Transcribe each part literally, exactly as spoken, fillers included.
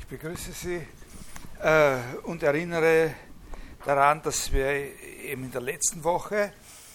begrüße Sie äh, und erinnere daran, dass wir eben in der letzten Woche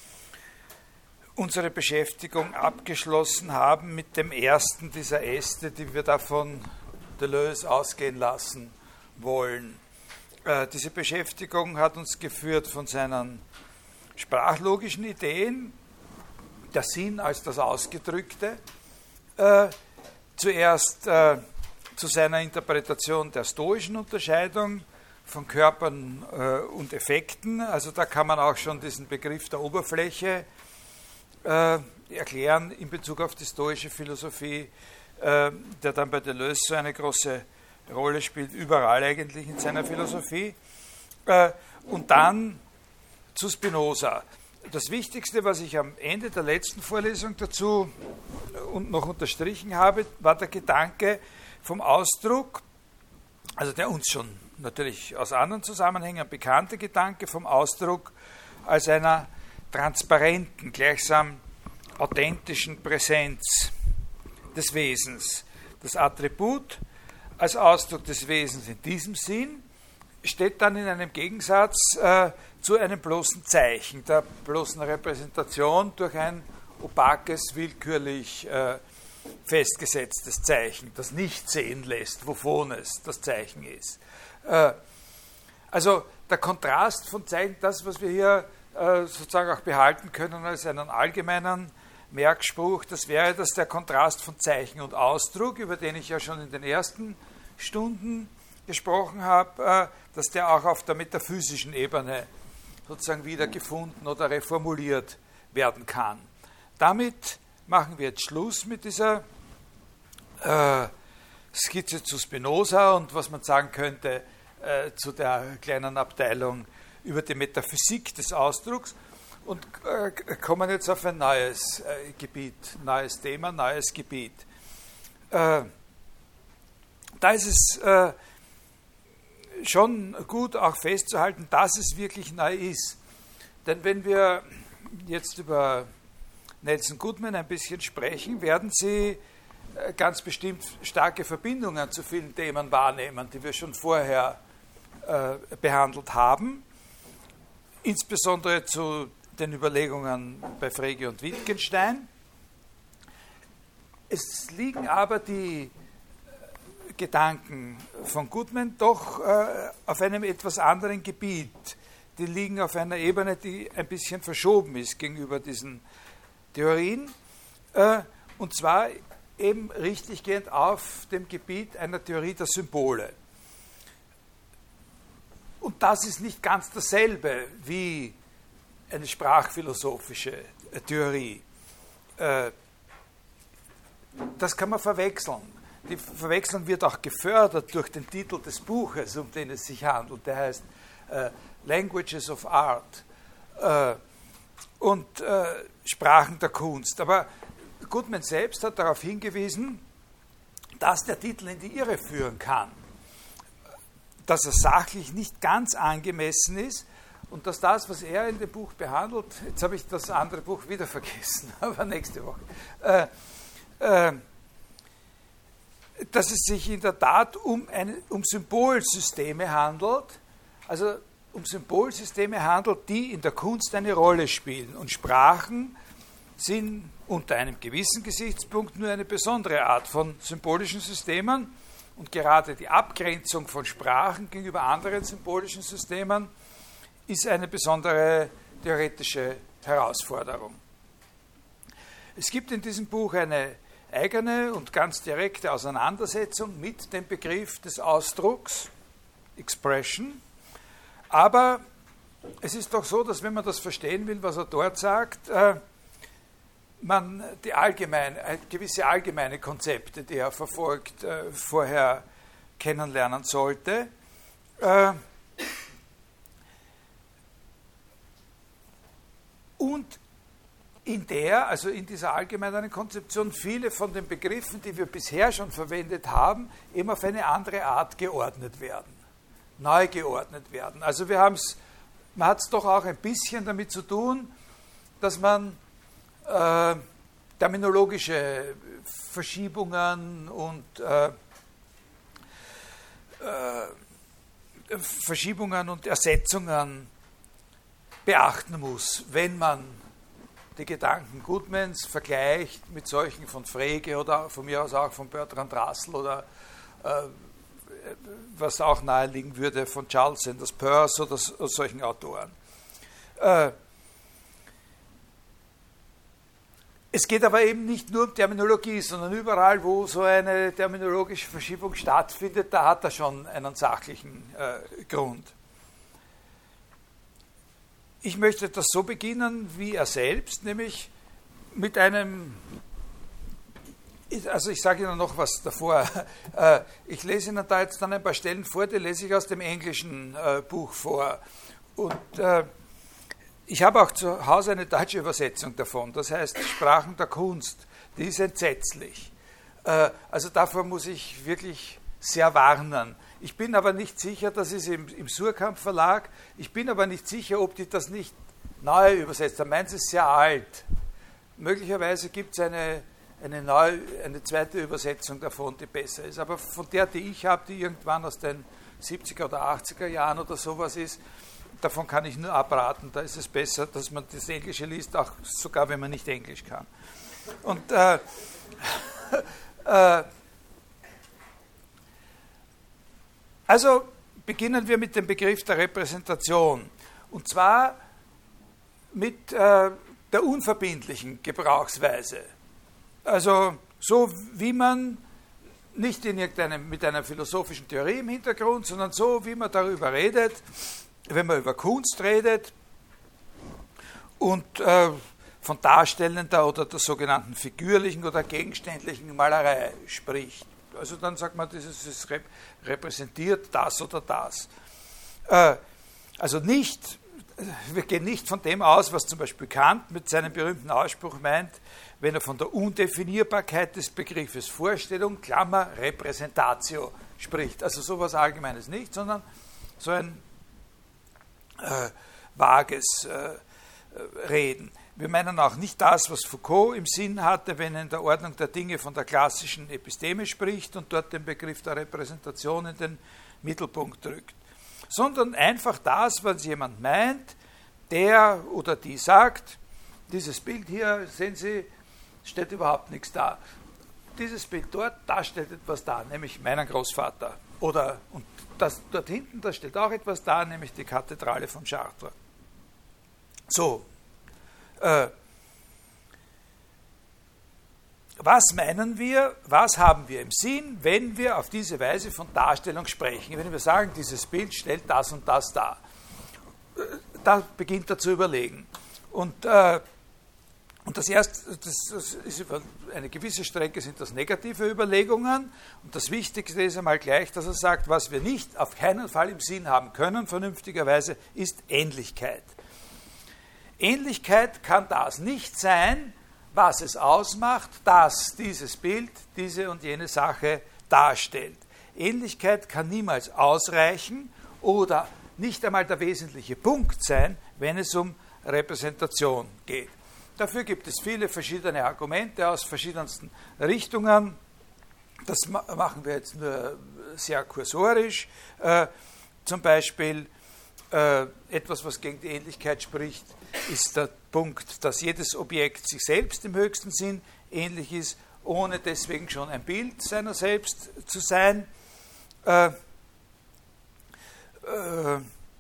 unsere Beschäftigung abgeschlossen haben mit dem ersten dieser Äste, die wir da von Deleuze ausgehen lassen wollen. Äh, diese Beschäftigung hat uns geführt von seinen sprachlogischen Ideen, der Sinn als das Ausgedrückte, äh, zuerst äh, zu seiner Interpretation der stoischen Unterscheidung von Körpern äh, und Effekten. Also da kann man auch schon diesen Begriff der Oberfläche äh, erklären in Bezug auf die stoische Philosophie, äh, der dann bei Deleuze so eine große Rolle spielt, überall eigentlich in seiner Philosophie. Äh, und dann zu Spinoza. Das Wichtigste, was ich am Ende der letzten Vorlesung dazu und noch unterstrichen habe, war der Gedanke vom Ausdruck, also der uns schon natürlich aus anderen Zusammenhängen bekannte Gedanke vom Ausdruck als einer transparenten, gleichsam authentischen Präsenz des Wesens. Das Attribut als Ausdruck des Wesens in diesem Sinn steht dann in einem Gegensatz äh, zu einem bloßen Zeichen, der bloßen Repräsentation durch ein opakes, willkürlich äh, festgesetztes Zeichen, das nicht sehen lässt, wovon es das Zeichen ist. Äh, also der Kontrast von Zeichen, das, was wir hier äh, sozusagen auch behalten können als einen allgemeinen Merkspruch, das wäre das der Kontrast von Zeichen und Ausdruck, über den ich ja schon in den ersten Stunden gesprochen habe, äh, dass der auch auf der metaphysischen Ebene sozusagen wiedergefunden oder reformuliert werden kann. Damit machen wir jetzt Schluss mit dieser äh, Skizze zu Spinoza und was man sagen könnte äh, zu der kleinen Abteilung über die Metaphysik des Ausdrucks und äh, kommen jetzt auf ein neues äh, Gebiet, neues Thema, neues Gebiet. Äh, da ist es äh, schon gut auch festzuhalten, dass es wirklich neu ist. Denn wenn wir jetzt über Nelson Goodman ein bisschen sprechen, werden Sie ganz bestimmt starke Verbindungen zu vielen Themen wahrnehmen, die wir schon vorher äh, behandelt haben, insbesondere zu den Überlegungen bei Frege und Wittgenstein. Es liegen aber die Gedanken von Goodman doch äh, auf einem etwas anderen Gebiet. Die liegen auf einer Ebene, die ein bisschen verschoben ist gegenüber diesen Theorien, äh, und zwar eben richtiggehend auf dem Gebiet einer Theorie der Symbole. Und das ist nicht ganz dasselbe wie eine sprachphilosophische Theorie. Äh, das kann man verwechseln. Die Verwechslung wird auch gefördert durch den Titel des Buches, um den es sich handelt. Der heißt äh, Languages of Art äh, und äh, Sprachen der Kunst. Aber Goodman selbst hat darauf hingewiesen, dass der Titel in die Irre führen kann, dass er sachlich nicht ganz angemessen ist und dass das, was er in dem Buch behandelt, jetzt habe ich das andere Buch wieder vergessen, aber nächste Woche, äh, äh, dass es sich in der Tat um, eine, um Symbolsysteme handelt, also um Symbolsysteme handelt, die in der Kunst eine Rolle spielen. Und Sprachen sind unter einem gewissen Gesichtspunkt nur eine besondere Art von symbolischen Systemen. Und gerade die Abgrenzung von Sprachen gegenüber anderen symbolischen Systemen ist eine besondere theoretische Herausforderung. Es gibt in diesem Buch eine eigene und ganz direkte Auseinandersetzung mit dem Begriff des Ausdrucks, Expression. Aber es ist doch so, dass wenn man das verstehen will, was er dort sagt, äh, man die allgemeine, äh, gewisse allgemeine Konzepte, die er verfolgt, äh, vorher kennenlernen sollte. Äh, und in der, also in dieser allgemeinen Konzeption, viele von den Begriffen, die wir bisher schon verwendet haben, eben auf eine andere Art geordnet werden, neu geordnet werden. Also wir haben es, man hat es doch auch ein bisschen damit zu tun, dass man äh, terminologische Verschiebungen und äh, äh, Verschiebungen und Ersetzungen beachten muss, wenn man die Gedanken Goodmans vergleicht mit solchen von Frege oder von mir aus auch von Bertrand Russell oder äh, was auch naheliegen würde von Charles Sanders Peirce oder, oder solchen Autoren. Äh, es geht aber eben nicht nur um Terminologie, sondern überall, wo so eine terminologische Verschiebung stattfindet, da hat er schon einen sachlichen äh, Grund. Ich möchte das so beginnen wie er selbst, nämlich mit einem, also ich sage Ihnen noch was davor, ich lese Ihnen da jetzt dann ein paar Stellen vor, die lese ich aus dem englischen Buch vor. Und ich habe auch zu Hause eine deutsche Übersetzung davon, das heißt Sprachen der Kunst, die ist entsetzlich. Also davor muss ich wirklich sehr warnen. Ich bin aber nicht sicher, das ist im, im Surkamp Verlag, ich bin aber nicht sicher, ob die das nicht neu übersetzt haben. Meins ist sehr alt. Möglicherweise gibt es eine, eine, neue, eine zweite Übersetzung davon, die besser ist. Aber von der, die ich habe, die irgendwann aus den siebziger oder achtziger Jahren oder sowas ist, davon kann ich nur abraten. Da ist es besser, dass man das Englische liest, auch sogar wenn man nicht Englisch kann. Und äh, äh, Also beginnen wir mit dem Begriff der Repräsentation. Und zwar mit äh, der unverbindlichen Gebrauchsweise. Also so wie man nicht in irgendeinem, mit einer philosophischen Theorie im Hintergrund, sondern so wie man darüber redet, wenn man über Kunst redet und äh, von darstellender oder der sogenannten figürlichen oder gegenständlichen Malerei spricht. Also dann sagt man, das ist, repräsentiert das oder das. Äh, also nicht, wir gehen nicht von dem aus, was zum Beispiel Kant mit seinem berühmten Ausspruch meint, wenn er von der Undefinierbarkeit des Begriffes Vorstellung, Klammer, Repräsentatio spricht. Also sowas Allgemeines nicht, sondern so ein äh, vages äh, Reden. Wir meinen auch nicht das, was Foucault im Sinn hatte, wenn er in der Ordnung der Dinge von der klassischen Episteme spricht und dort den Begriff der Repräsentation in den Mittelpunkt drückt, sondern einfach das, was jemand meint, der oder die sagt, dieses Bild hier, sehen Sie, steht überhaupt nichts da. Dieses Bild dort, da steht etwas da, nämlich meinen Großvater. Oder, und das dort hinten, da steht auch etwas da, nämlich die Kathedrale von Chartres. So, äh, was meinen wir, was haben wir im Sinn, wenn wir auf diese Weise von Darstellung sprechen? Wenn wir sagen, dieses Bild stellt das und das dar. Da beginnt er zu überlegen. Und, äh, und das erste, das, das ist über eine gewisse Strecke sind das negative Überlegungen. Und das Wichtigste ist einmal gleich, dass er sagt, was wir nicht auf keinen Fall im Sinn haben können, vernünftigerweise, ist Ähnlichkeit. Ähnlichkeit kann das nicht sein, was es ausmacht, dass dieses Bild diese und jene Sache darstellt. Ähnlichkeit kann niemals ausreichen oder nicht einmal der wesentliche Punkt sein, wenn es um Repräsentation geht. Dafür gibt es viele verschiedene Argumente aus verschiedensten Richtungen. Das machen wir jetzt nur sehr kursorisch. Äh, zum Beispiel äh, etwas, was gegen die Ähnlichkeit spricht, ist der Punkt, dass jedes Objekt sich selbst im höchsten Sinn ähnlich ist, ohne deswegen schon ein Bild seiner selbst zu sein. Äh, äh,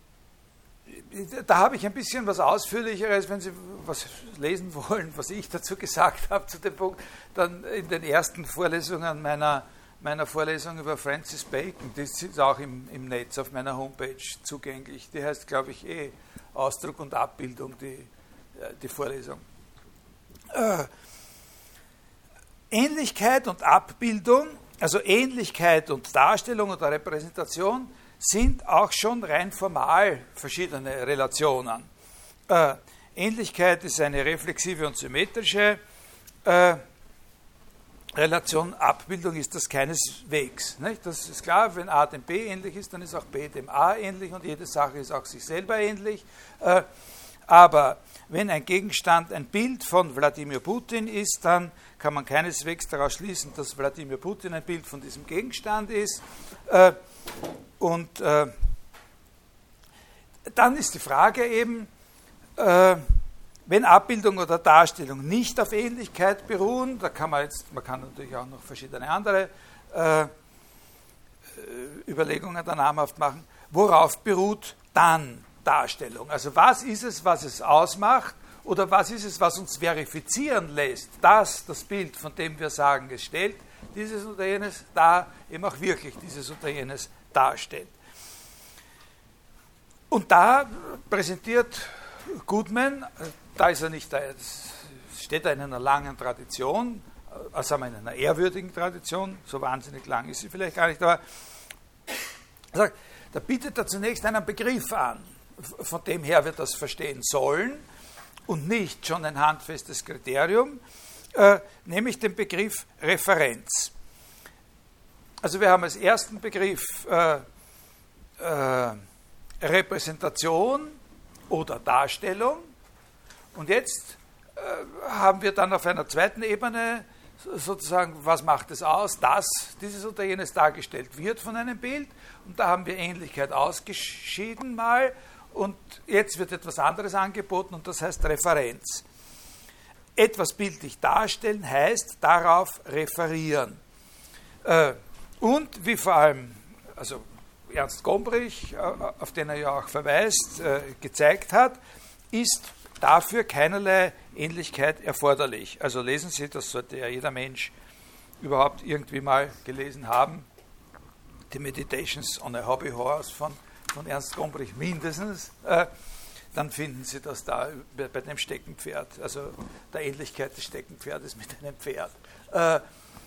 da habe ich ein bisschen was Ausführlicheres, wenn Sie was lesen wollen, was ich dazu gesagt habe zu dem Punkt, dann in den ersten Vorlesungen meiner, meiner Vorlesung über Francis Bacon, die ist auch im, im Netz auf meiner Homepage zugänglich, die heißt, glaube ich, eh Ausdruck und Abbildung, die, die Vorlesung. Äh, Ähnlichkeit und Abbildung, also Ähnlichkeit und Darstellung oder Repräsentation, sind auch schon rein formal verschiedene Relationen. Äh, Ähnlichkeit ist eine reflexive und symmetrische äh, Relation, Abbildung ist das keineswegs. Nicht? Das ist klar, wenn A dem B ähnlich ist, dann ist auch B dem A ähnlich und jede Sache ist auch sich selber ähnlich. Äh, Aber wenn ein Gegenstand ein Bild von Wladimir Putin ist, dann kann man keineswegs daraus schließen, dass Wladimir Putin ein Bild von diesem Gegenstand ist. Äh, und äh, dann ist die Frage eben, äh, wenn Abbildung oder Darstellung nicht auf Ähnlichkeit beruhen, da kann man jetzt, man kann natürlich auch noch verschiedene andere äh, Überlegungen dann namhaft machen, worauf beruht dann Darstellung? Also was ist es, was es ausmacht, oder was ist es, was uns verifizieren lässt, dass das Bild, von dem wir sagen, es stellt, dieses oder jenes da eben auch wirklich dieses oder jenes darstellt. Und da präsentiert Goodman, da ist er nicht, da steht er in einer langen Tradition, also in einer ehrwürdigen Tradition, so wahnsinnig lang ist sie vielleicht gar nicht, aber er sagt, da bietet er zunächst einen Begriff an, von dem her wir das verstehen sollen und nicht schon ein handfestes Kriterium, äh, nämlich den Begriff Referenz. Also wir haben als ersten Begriff äh, äh, Repräsentation oder Darstellung und jetzt äh, haben wir dann auf einer zweiten Ebene sozusagen, was macht es aus, dass dieses oder jenes dargestellt wird von einem Bild, und da haben wir Ähnlichkeit ausgeschieden mal, und jetzt wird etwas anderes angeboten, und das heißt Referenz. Etwas bildlich darstellen heißt darauf referieren. Und wie vor allem, also Ernst Gombrich, auf den er ja auch verweist, gezeigt hat, ist dafür keinerlei Ähnlichkeit erforderlich. Also lesen Sie, das sollte ja jeder Mensch überhaupt irgendwie mal gelesen haben, die Meditations on a Hobby Horse von, von Ernst Gombrich mindestens, äh, dann finden Sie das da bei dem Steckenpferd, also der Ähnlichkeit des Steckenpferdes mit einem Pferd. Äh, äh,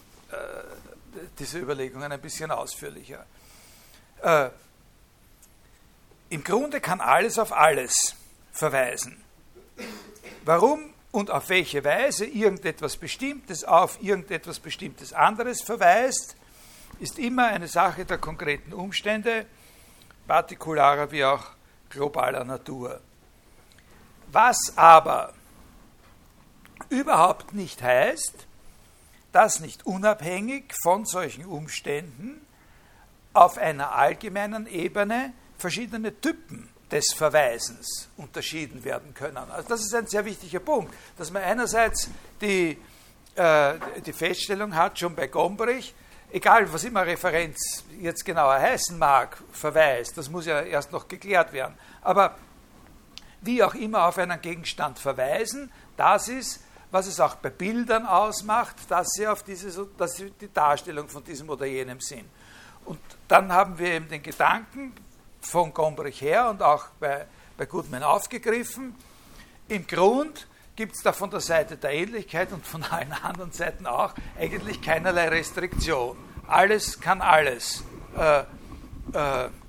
diese Überlegungen ein bisschen ausführlicher. Äh, Im Grunde kann alles auf alles verweisen. Warum und auf welche Weise irgendetwas Bestimmtes auf irgendetwas Bestimmtes anderes verweist, ist immer eine Sache der konkreten Umstände, partikularer wie auch globaler Natur. Was aber überhaupt nicht heißt, dass nicht unabhängig von solchen Umständen auf einer allgemeinen Ebene verschiedene Typen des Verweisens unterschieden werden können. Also das ist ein sehr wichtiger Punkt, dass man einerseits die, äh, die Feststellung hat, schon bei Gombrich, egal was immer Referenz jetzt genauer heißen mag, Verweis, das muss ja erst noch geklärt werden, aber wie auch immer auf einen Gegenstand verweisen, das ist, was es auch bei Bildern ausmacht, dass sie auf diese, dass sie die Darstellung von diesem oder jenem sind. Und dann haben wir eben den Gedanken von Gombrich her und auch bei, bei Goodman aufgegriffen. Im Grund gibt es da von der Seite der Ähnlichkeit und von allen anderen Seiten auch eigentlich keinerlei Restriktion. Alles kann alles. Äh, äh, äh,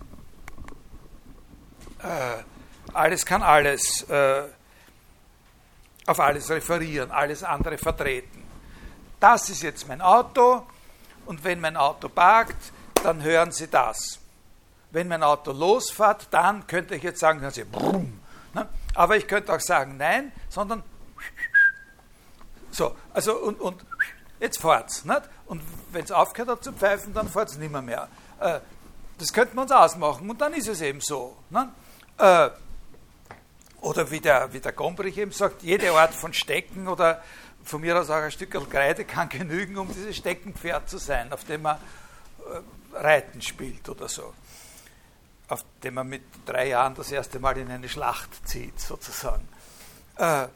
alles kann alles äh, auf alles referieren, alles andere vertreten. Das ist jetzt mein Auto, und wenn mein Auto parkt, dann hören Sie das. Wenn mein Auto losfährt, dann könnte ich jetzt sagen, hören Sie, brumm. Ne? Aber ich könnte auch sagen, nein, sondern so, also und, und jetzt fahrt's. Nicht? Und wenn es aufgehört hat zu pfeifen, dann fährt es nicht mehr. mehr. Äh, das könnten wir uns ausmachen, und dann ist es eben so. Ne? Äh, oder wie der, wie der Gombrich eben sagt, jede Art von Stecken oder von mir aus auch ein Stück Kreide kann genügen, um dieses Steckenpferd zu sein, auf dem man äh, Reiten spielt oder so. Auf dem man mit drei Jahren das erste Mal in eine Schlacht zieht, sozusagen. Äh,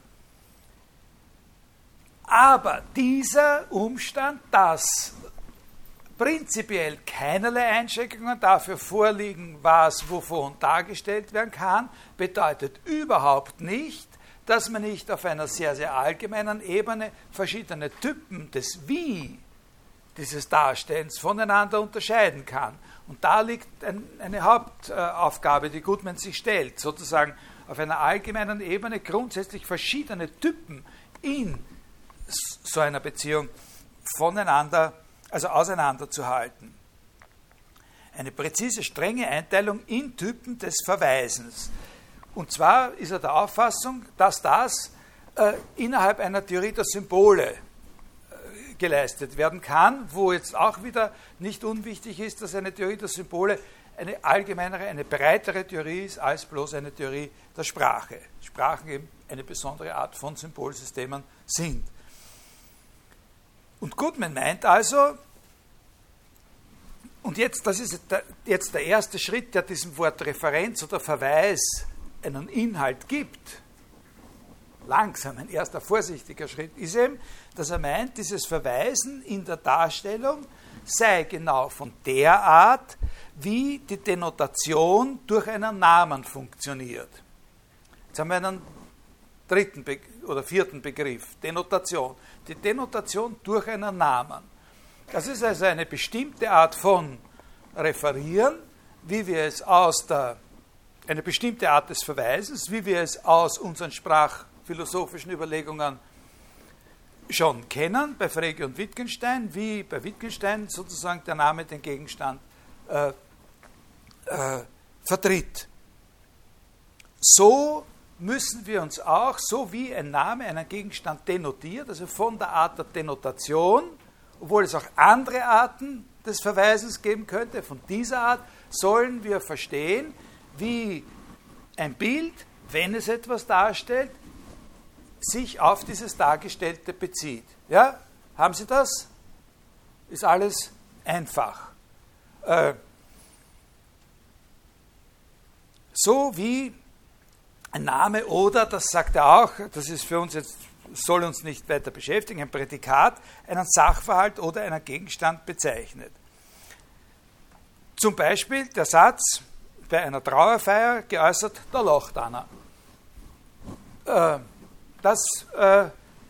aber dieser Umstand, dass prinzipiell keinerlei Einschränkungen dafür vorliegen, was wovon dargestellt werden kann, bedeutet überhaupt nicht, dass man nicht auf einer sehr, sehr allgemeinen Ebene verschiedene Typen des Wie dieses Darstellens voneinander unterscheiden kann. Und da liegt ein, eine Hauptaufgabe, die Goodman sich stellt, sozusagen auf einer allgemeinen Ebene grundsätzlich verschiedene Typen in so einer Beziehung voneinander, also auseinanderzuhalten. Eine präzise, strenge Einteilung in Typen des Verweisens. Und zwar ist er der Auffassung, dass das äh, innerhalb einer Theorie der Symbole äh, geleistet werden kann, wo jetzt auch wieder nicht unwichtig ist, dass eine Theorie der Symbole eine allgemeinere, eine breitere Theorie ist als bloß eine Theorie der Sprache. Sprachen eben eine besondere Art von Symbolsystemen sind. Und Goodman meint also, und jetzt, das ist der, jetzt der erste Schritt, der diesem Wort Referenz oder Verweis einen Inhalt gibt, langsam, ein erster vorsichtiger Schritt, ist eben, dass er meint, dieses Verweisen in der Darstellung sei genau von der Art, wie die Denotation durch einen Namen funktioniert. Jetzt haben wir einen dritten Be- oder vierten Begriff, Denotation. Die Denotation durch einen Namen. Das ist also eine bestimmte Art von Referieren, wie wir es aus der, eine bestimmte Art des Verweisens, wie wir es aus unseren sprachphilosophischen Überlegungen schon kennen, bei Frege und Wittgenstein, wie bei Wittgenstein sozusagen der Name den Gegenstand äh, äh, vertritt. So müssen wir uns auch, so wie ein Name einen Gegenstand denotiert, also von der Art der Denotation, obwohl es auch andere Arten des Verweisens geben könnte, von dieser Art sollen wir verstehen, wie ein Bild, wenn es etwas darstellt, sich auf dieses Dargestellte bezieht. Ja? Haben Sie das? Ist alles einfach. Äh, so wie ein Name oder, das sagt er auch, das ist für uns jetzt, soll uns nicht weiter beschäftigen, ein Prädikat, einen Sachverhalt oder einen Gegenstand bezeichnet. Zum Beispiel der Satz bei einer Trauerfeier geäußert, da lacht einer. Äh, das äh,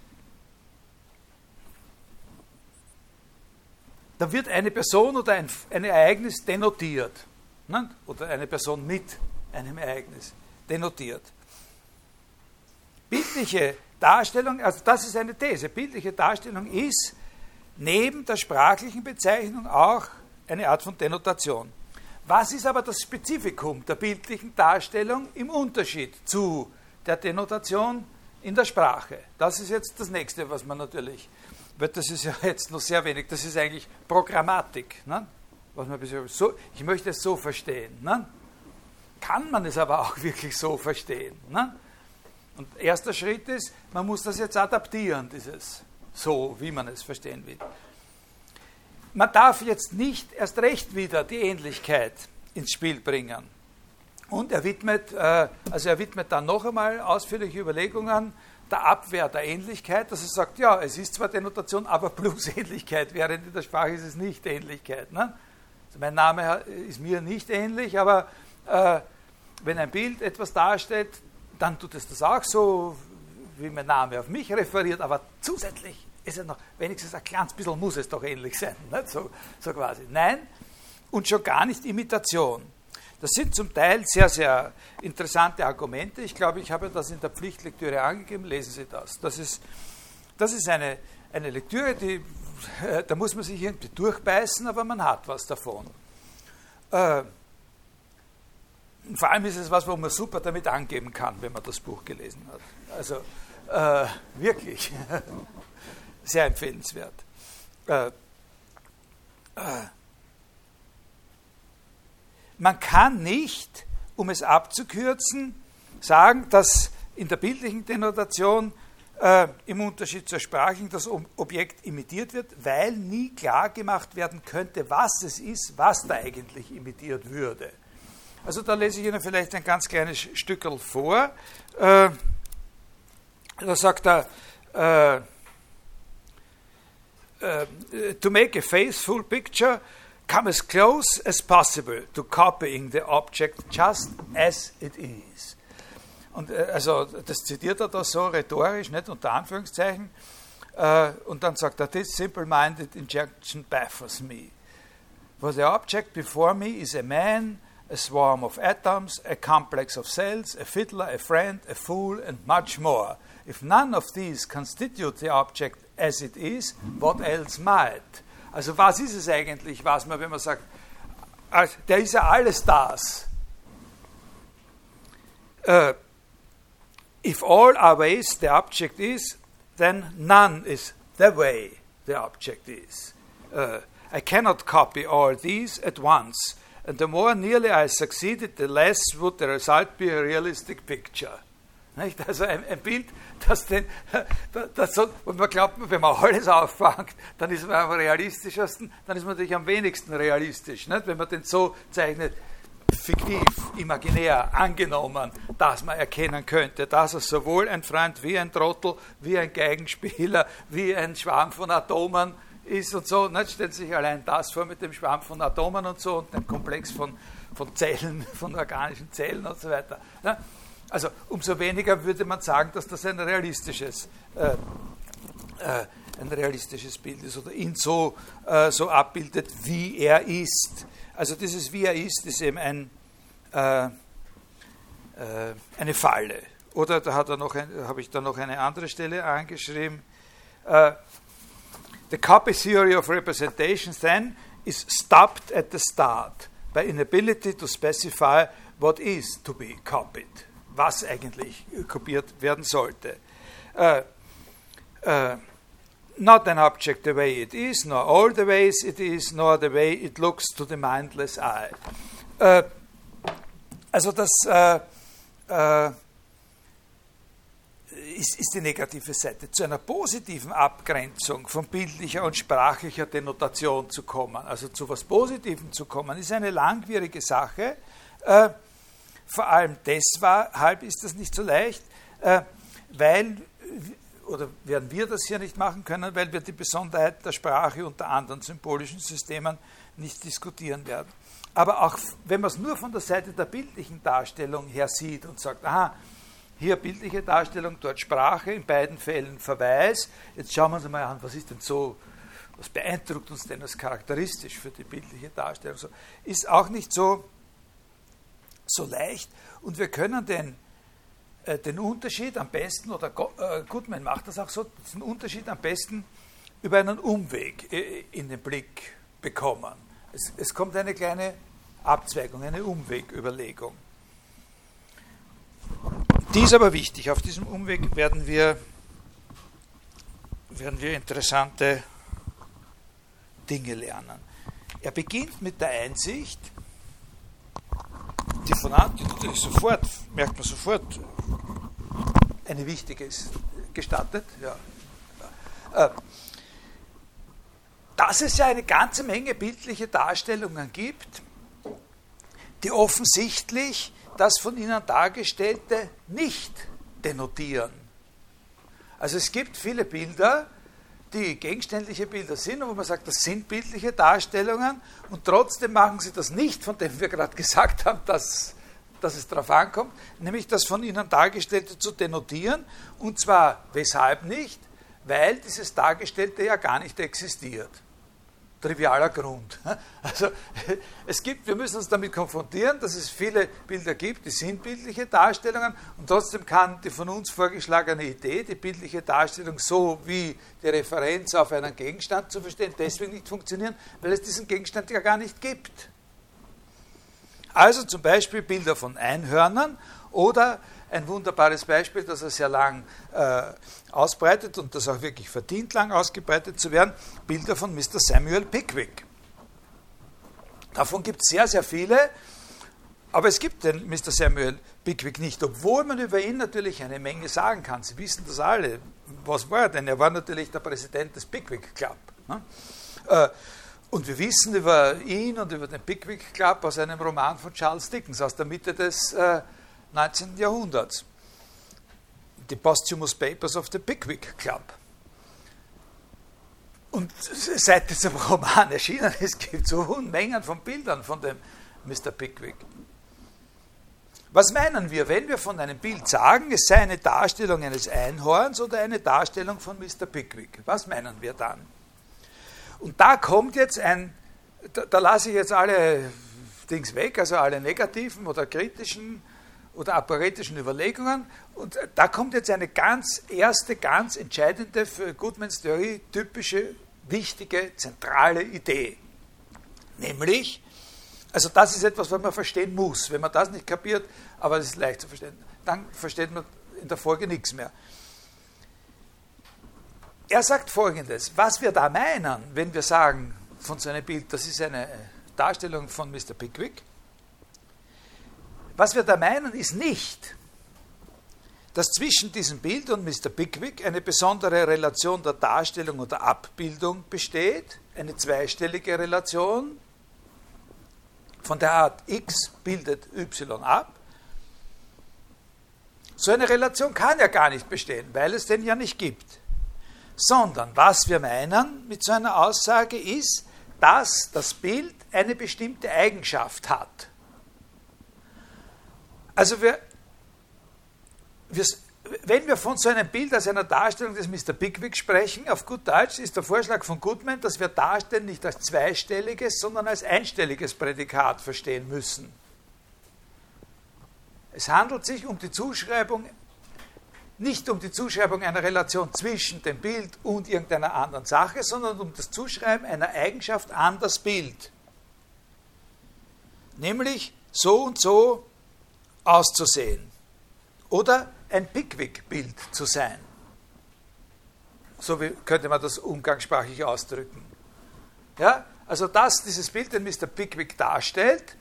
da wird eine Person oder ein, ein Ereignis denotiert. Ne? Oder eine Person mit einem Ereignis denotiert. Bildliche Darstellung, also das ist eine These, bildliche Darstellung ist neben der sprachlichen Bezeichnung auch eine Art von Denotation. Was ist aber das Spezifikum der bildlichen Darstellung im Unterschied zu der Denotation in der Sprache? Das ist jetzt das Nächste, was man natürlich, weil das ist ja jetzt noch sehr wenig, das ist eigentlich Programmatik. Ne? Was man so, ich möchte es so verstehen. Ne? Kann man es aber auch wirklich so verstehen. Ne? Und erster Schritt ist, man muss das jetzt adaptieren, dieses so, wie man es verstehen will. Man darf jetzt nicht erst recht wieder die Ähnlichkeit ins Spiel bringen. Und er widmet, äh, also er widmet dann noch einmal ausführliche Überlegungen der Abwehr der Ähnlichkeit, dass er sagt, ja, es ist zwar Denotation, aber plus Ähnlichkeit, während in der Sprache ist es nicht Ähnlichkeit. Ne? Also mein Name ist mir nicht ähnlich, aber äh, wenn ein Bild etwas darstellt, dann tut es das auch so, wie mein Name auf mich referiert, aber zusätzlich ist es noch, wenigstens ein kleines bisschen muss es doch ähnlich sein, nicht? So, so quasi. Nein, und schon gar nicht Imitation. Das sind zum Teil sehr, sehr interessante Argumente. Ich glaube, ich habe das in der Pflichtlektüre angegeben, lesen Sie das. Das ist, das ist eine, eine Lektüre, die, äh, da muss man sich irgendwie durchbeißen, aber man hat was davon. Äh, vor allem ist es was, wo man super damit angeben kann, wenn man das Buch gelesen hat. Also äh, wirklich sehr empfehlenswert. Äh, äh, man kann nicht, um es abzukürzen, sagen, dass in der bildlichen Denotation äh, im Unterschied zur sprachlichen das Objekt imitiert wird, weil nie klar gemacht werden könnte, was es ist, was da eigentlich imitiert würde. Also da lese ich Ihnen vielleicht ein ganz kleines Stückerl vor. Äh, da sagt er, äh, uh, to make a faithful picture, come as close as possible to copying the object just as it is. Und äh, also das zitiert er da so rhetorisch, nicht unter Anführungszeichen. Äh, und dann sagt er, this simple-minded injection baffles me. For the object before me is a man, a swarm of atoms, a complex of cells, a fiddler, a friend, a fool, and much more. If none of these constitute the object as it is, what else might? Also was ist es eigentlich, was man, wenn man sagt, der ist ja alles das. uh, if all are ways the object is, then none is the way the object is. Uh, I cannot copy all these at once, and the more nearly I succeeded, the less would the result be a realistic picture. Nicht? Also ein, ein Bild, das den, das so, und man glaubt, wenn man alles auffangt, dann ist man am realistischsten, dann ist man natürlich am wenigsten realistisch. Nicht? Wenn man den so zeichnet, fiktiv, imaginär, angenommen, dass man erkennen könnte, dass er sowohl ein Freund wie ein Trottel, wie ein Geigenspieler, wie ein Schwarm von Atomen ist und so. Nicht? Stellt sich allein das vor mit dem Schwarm von Atomen und so und dem Komplex von, von Zellen, von organischen Zellen und so weiter. Ja? Also umso weniger würde man sagen, dass das ein realistisches, äh, äh, ein realistisches Bild ist oder ihn so, äh, so abbildet, wie er ist. Also dieses wie er ist, ist eben ein, äh, äh, eine Falle. Oder da hat er noch ein, habe ich da noch eine andere Stelle angeschrieben. Äh, The copy theory of representations then is stopped at the start by inability to specify what is to be copied. Was eigentlich kopiert werden sollte. Uh, uh, not an object the way it is, nor all the ways it is, nor the way it looks to the mindless eye. Uh, also das uh, uh, ist, ist die negative Seite. Zu einer positiven Abgrenzung von bildlicher und sprachlicher Denotation zu kommen, also zu was Positivem zu kommen, ist eine langwierige Sache. Uh, Vor allem deshalb ist das nicht so leicht, äh, weil, oder werden wir das hier nicht machen können, weil wir die Besonderheit der Sprache unter anderen symbolischen Systemen nicht diskutieren werden. Aber auch wenn man es nur von der Seite der bildlichen Darstellung her sieht und sagt, aha, hier bildliche Darstellung, dort Sprache, in beiden Fällen Verweis, jetzt schauen wir uns mal an, was ist denn so, was beeindruckt uns denn als charakteristisch für die bildliche Darstellung, so, ist auch nicht so so leicht und wir können den, äh, den Unterschied am besten, oder äh, Goodman macht das auch so, den Unterschied am besten über einen Umweg äh, in den Blick bekommen. Es, es kommt eine kleine Abzweigung, eine Umwegüberlegung. Die ist aber wichtig. Auf diesem Umweg werden wir, werden wir interessante Dinge lernen. Er beginnt mit der Einsicht, die von die natürlich sofort, merkt man sofort, eine wichtige ist, gestattet, ja. Dass es ja eine ganze Menge bildliche Darstellungen gibt, die offensichtlich das von ihnen Dargestellte nicht denotieren. Also es gibt viele Bilder, die gegenständliche Bilder sind, wo man sagt, das sind bildliche Darstellungen und trotzdem machen sie das nicht, von dem wir gerade gesagt haben, dass, dass es darauf ankommt, nämlich das von ihnen Dargestellte zu denotieren, und zwar weshalb nicht? Weil dieses Dargestellte ja gar nicht existiert. Trivialer Grund. Also es gibt, wir müssen uns damit konfrontieren, dass es viele Bilder gibt, die sind bildliche Darstellungen und trotzdem kann die von uns vorgeschlagene Idee, die bildliche Darstellung so wie die Referenz auf einen Gegenstand zu verstehen, deswegen nicht funktionieren, weil es diesen Gegenstand ja gar nicht gibt. Also zum Beispiel Bilder von Einhörnern oder ein wunderbares Beispiel, das er sehr lang äh, ausbreitet und das auch wirklich verdient, lang ausgebreitet zu werden, Bilder von Mister Samuel Pickwick. Davon gibt es sehr, sehr viele, aber es gibt den Mister Samuel Pickwick nicht, obwohl man über ihn natürlich eine Menge sagen kann. Sie wissen das alle. Was war er denn? Er war natürlich der Präsident des Pickwick Club. Ne? Äh, und wir wissen über ihn und über den Pickwick Club aus einem Roman von Charles Dickens aus der Mitte des äh, neunzehnten Jahrhunderts. Die Posthumous Papers of the Pickwick Club. Und seit diesem Roman erschienen ist, gibt es so Unmengen von Bildern von dem Mister Pickwick. Was meinen wir, wenn wir von einem Bild sagen, es sei eine Darstellung eines Einhorns oder eine Darstellung von Mister Pickwick? Was meinen wir dann? Und da kommt jetzt ein, da, da lasse ich jetzt alle Dings weg, also alle negativen oder kritischen oder apparatischen Überlegungen. Und da kommt jetzt eine ganz erste, ganz entscheidende, für Goodmans Theorie typische, wichtige, zentrale Idee. Nämlich, Also das ist etwas, was man verstehen muss. Wenn man das nicht kapiert, aber das ist leicht zu verstehen, dann versteht man in der Folge nichts mehr. Er sagt Folgendes: Was wir da meinen, wenn wir sagen von so einem Bild, das ist eine Darstellung von Mister Pickwick, was wir da meinen, ist nicht, dass zwischen diesem Bild und Mister Pickwick eine besondere Relation der Darstellung und der Abbildung besteht, eine zweistellige Relation von der Art X bildet Y ab. So eine Relation kann ja gar nicht bestehen, weil es den ja nicht gibt. Sondern was wir meinen mit so einer Aussage ist, dass das Bild eine bestimmte Eigenschaft hat. Also wir, wir, wenn wir von so einem Bild als einer Darstellung des Mister Pickwick sprechen, auf gut Deutsch ist der Vorschlag von Goodman, dass wir darstellen nicht als zweistelliges, sondern als einstelliges Prädikat verstehen müssen. Es handelt sich um die Zuschreibung, nicht um die Zuschreibung einer Relation zwischen dem Bild und irgendeiner anderen Sache, sondern um das Zuschreiben einer Eigenschaft an das Bild. Nämlich so und so auszusehen. Oder ein Pickwick-Bild zu sein. So wie könnte man das umgangssprachlich ausdrücken. Ja? Also dass dieses Bild, den Mister Pickwick darstellt,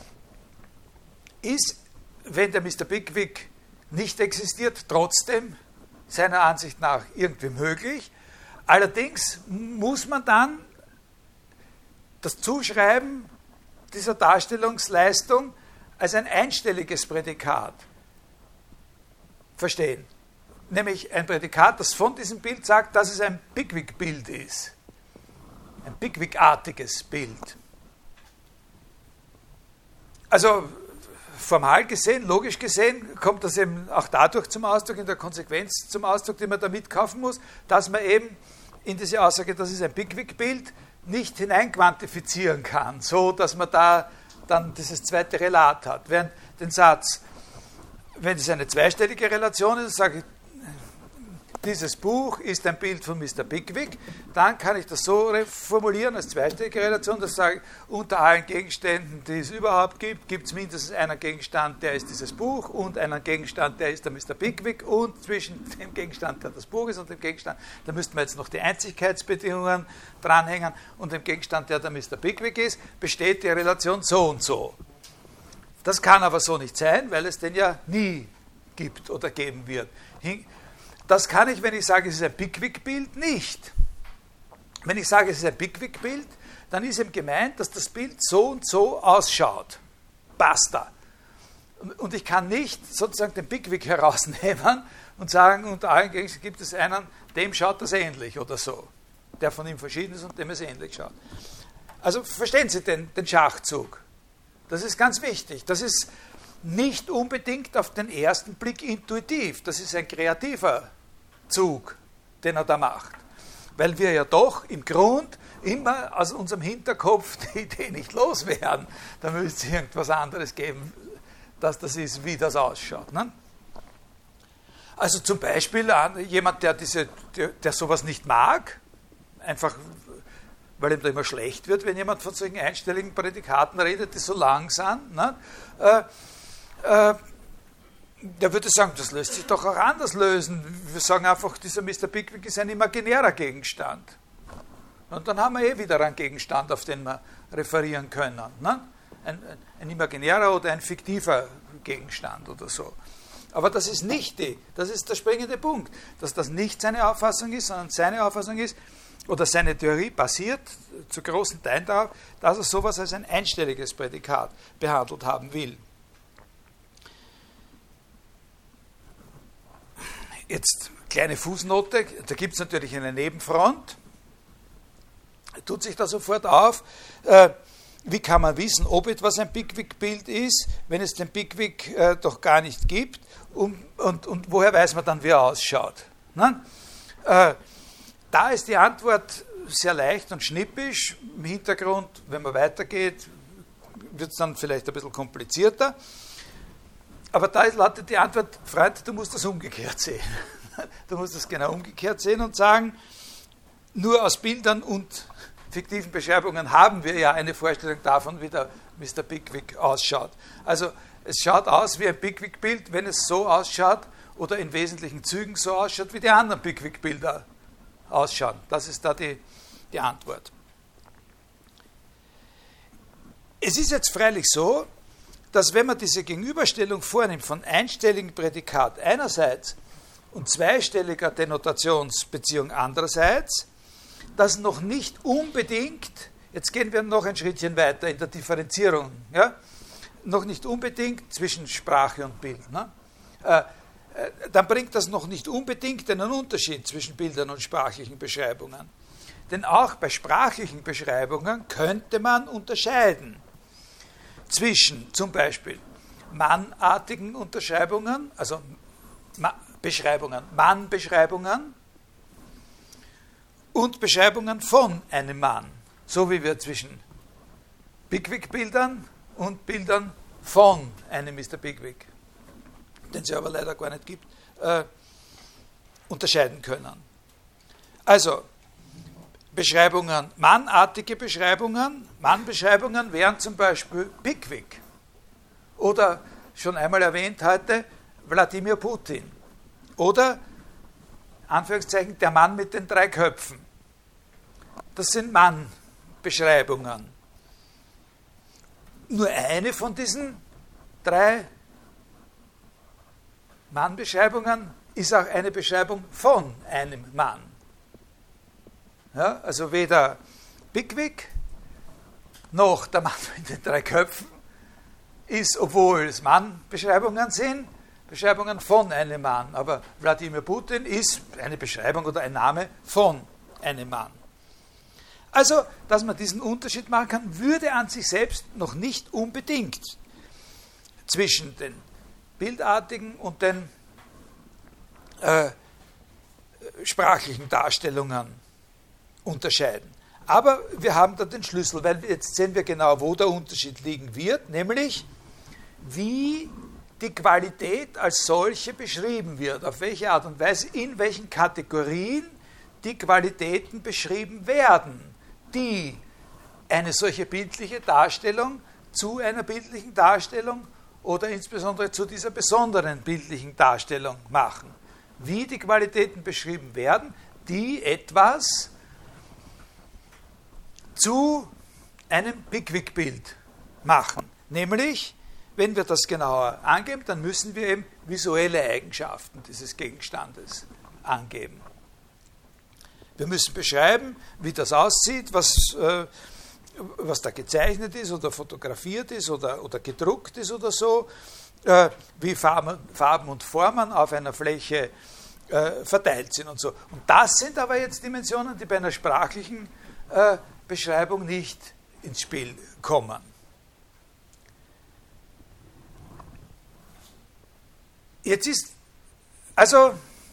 ist, wenn der Mister Pickwick nicht existiert, trotzdem seiner Ansicht nach irgendwie möglich. Allerdings muss man dann das Zuschreiben dieser Darstellungsleistung als ein einstelliges Prädikat verstehen. Nämlich ein Prädikat, das von diesem Bild sagt, dass es ein Pickwick-Bild ist. Ein Pickwick-artiges Bild. Also formal gesehen, logisch gesehen, kommt das eben auch dadurch zum Ausdruck, in der Konsequenz zum Ausdruck, die man da mitkaufen muss, dass man eben in diese Aussage, das ist ein Pickwick-Bild, nicht hineinquantifizieren kann, so dass man da dann dieses zweite Relat hat. Während den Satz, wenn es eine zweistellige Relation ist, sage ich, dieses Buch ist ein Bild von Mister Pickwick, dann kann ich das so formulieren als zweistellige Relation, dass ich sage, unter allen Gegenständen, die es überhaupt gibt, gibt es mindestens einen Gegenstand, der ist dieses Buch, und einen Gegenstand, der ist der Mister Pickwick, und zwischen dem Gegenstand, der das Buch ist, und dem Gegenstand, da müssten wir jetzt noch die Einzigkeitsbedingungen dranhängen, und dem Gegenstand, der der Mister Pickwick ist, besteht die Relation so und so. Das kann aber so nicht sein, weil es den ja nie gibt oder geben wird. Das kann ich, wenn ich sage, es ist ein Pickwick-Bild, nicht. Wenn ich sage, es ist ein Pickwick-Bild, dann ist eben gemeint, dass das Bild so und so ausschaut. Basta. Und ich kann nicht sozusagen den Pickwick herausnehmen und sagen, unter allen Gegenständen gibt es einen, dem schaut das ähnlich oder so. Der von ihm verschieden ist und dem es ähnlich schaut. Also verstehen Sie den, den Schachzug. Das ist ganz wichtig. Das ist nicht unbedingt auf den ersten Blick intuitiv. Das ist ein kreativer Zug, den er da macht. Weil wir ja doch im Grund immer aus unserem Hinterkopf die Idee nicht loswerden. Da müsste es irgendwas anderes geben, dass das ist, wie das ausschaut. Ne? Also zum Beispiel jemand, der, diese, der, der sowas nicht mag, einfach weil ihm da immer schlecht wird, wenn jemand von solchen einstelligen Prädikaten redet, die so lang sind, ne? äh, äh, der würde sagen, das lässt sich doch auch anders lösen. Wir sagen einfach, dieser Mister Pickwick ist ein imaginärer Gegenstand. Und dann haben wir eh wieder einen Gegenstand, auf den wir referieren können. Ne? Ein, ein, ein imaginärer oder ein fiktiver Gegenstand oder so. Aber das ist nicht die, das ist der springende Punkt, dass das nicht seine Auffassung ist, sondern seine Auffassung ist, oder seine Theorie basiert zu großen Teilen darauf, dass er sowas als ein einstelliges Prädikat behandelt haben will. Jetzt kleine Fußnote, da gibt es natürlich eine Nebenfront, tut sich da sofort auf, äh, wie kann man wissen, ob etwas ein Pickwick-Bild ist, wenn es den Pickwick äh, doch gar nicht gibt, und, und, und woher weiß man dann, wie er ausschaut? Ne? Äh, da ist die Antwort sehr leicht und schnippisch, im Hintergrund, wenn man weitergeht, wird es dann vielleicht ein bisschen komplizierter. Aber da lautet die Antwort, Freund, du musst das umgekehrt sehen. Du musst das genau umgekehrt sehen und sagen, nur aus Bildern und fiktiven Beschreibungen haben wir ja eine Vorstellung davon, wie der Mister Pickwick ausschaut. Also es schaut aus wie ein Pickwick-Bild, wenn es so ausschaut oder in wesentlichen Zügen so ausschaut, wie die anderen Pickwick-Bilder ausschauen. Das ist da die, die Antwort. Es ist jetzt freilich so, dass wenn man diese Gegenüberstellung vornimmt von einstelligem Prädikat einerseits und zweistelliger Denotationsbeziehung andererseits, dass noch nicht unbedingt, jetzt gehen wir noch ein Schrittchen weiter in der Differenzierung, ja, noch nicht unbedingt zwischen Sprache und Bild. Ne? Äh, äh, dann bringt das noch nicht unbedingt einen Unterschied zwischen Bildern und sprachlichen Beschreibungen. Denn auch bei sprachlichen Beschreibungen könnte man unterscheiden zwischen zum Beispiel mannartigen Unterschreibungen, also Ma- Beschreibungen, Mannbeschreibungen und Beschreibungen von einem Mann, so wie wir zwischen Pickwick-Bildern und Bildern von einem Mister Pickwick, den es ja aber leider gar nicht gibt, äh, unterscheiden können. Also Beschreibungen, mannartige Beschreibungen, Mannbeschreibungen wären zum Beispiel Pickwick oder, schon einmal erwähnt heute, Wladimir Putin oder, Anführungszeichen, der Mann mit den drei Köpfen. Das sind Mannbeschreibungen. Nur eine von diesen drei Mannbeschreibungen ist auch eine Beschreibung von einem Mann. Ja, also weder Pickwick noch der Mann mit den drei Köpfen ist, obwohl es Mannbeschreibungen sind, Beschreibungen von einem Mann. Aber Wladimir Putin ist eine Beschreibung oder ein Name von einem Mann. Also, dass man diesen Unterschied machen kann, würde an sich selbst noch nicht unbedingt zwischen den bildartigen und den äh, sprachlichen Darstellungen unterscheiden. Aber wir haben da den Schlüssel, weil jetzt sehen wir genau, wo der Unterschied liegen wird, nämlich wie die Qualität als solche beschrieben wird, auf welche Art und Weise, in welchen Kategorien die Qualitäten beschrieben werden, die eine solche bildliche Darstellung zu einer bildlichen Darstellung oder insbesondere zu dieser besonderen bildlichen Darstellung machen. Wie die Qualitäten beschrieben werden, die etwas zu einem Pickwick-Bild machen. Nämlich, wenn wir das genauer angeben, dann müssen wir eben visuelle Eigenschaften dieses Gegenstandes angeben. Wir müssen beschreiben, wie das aussieht, was, äh, was da gezeichnet ist oder fotografiert ist oder, oder gedruckt ist oder so, äh, wie Farben, Farben und Formen auf einer Fläche äh, verteilt sind und so. Und das sind aber jetzt Dimensionen, die bei einer sprachlichen äh, Beschreibung nicht ins Spiel kommen. Jetzt ist, also,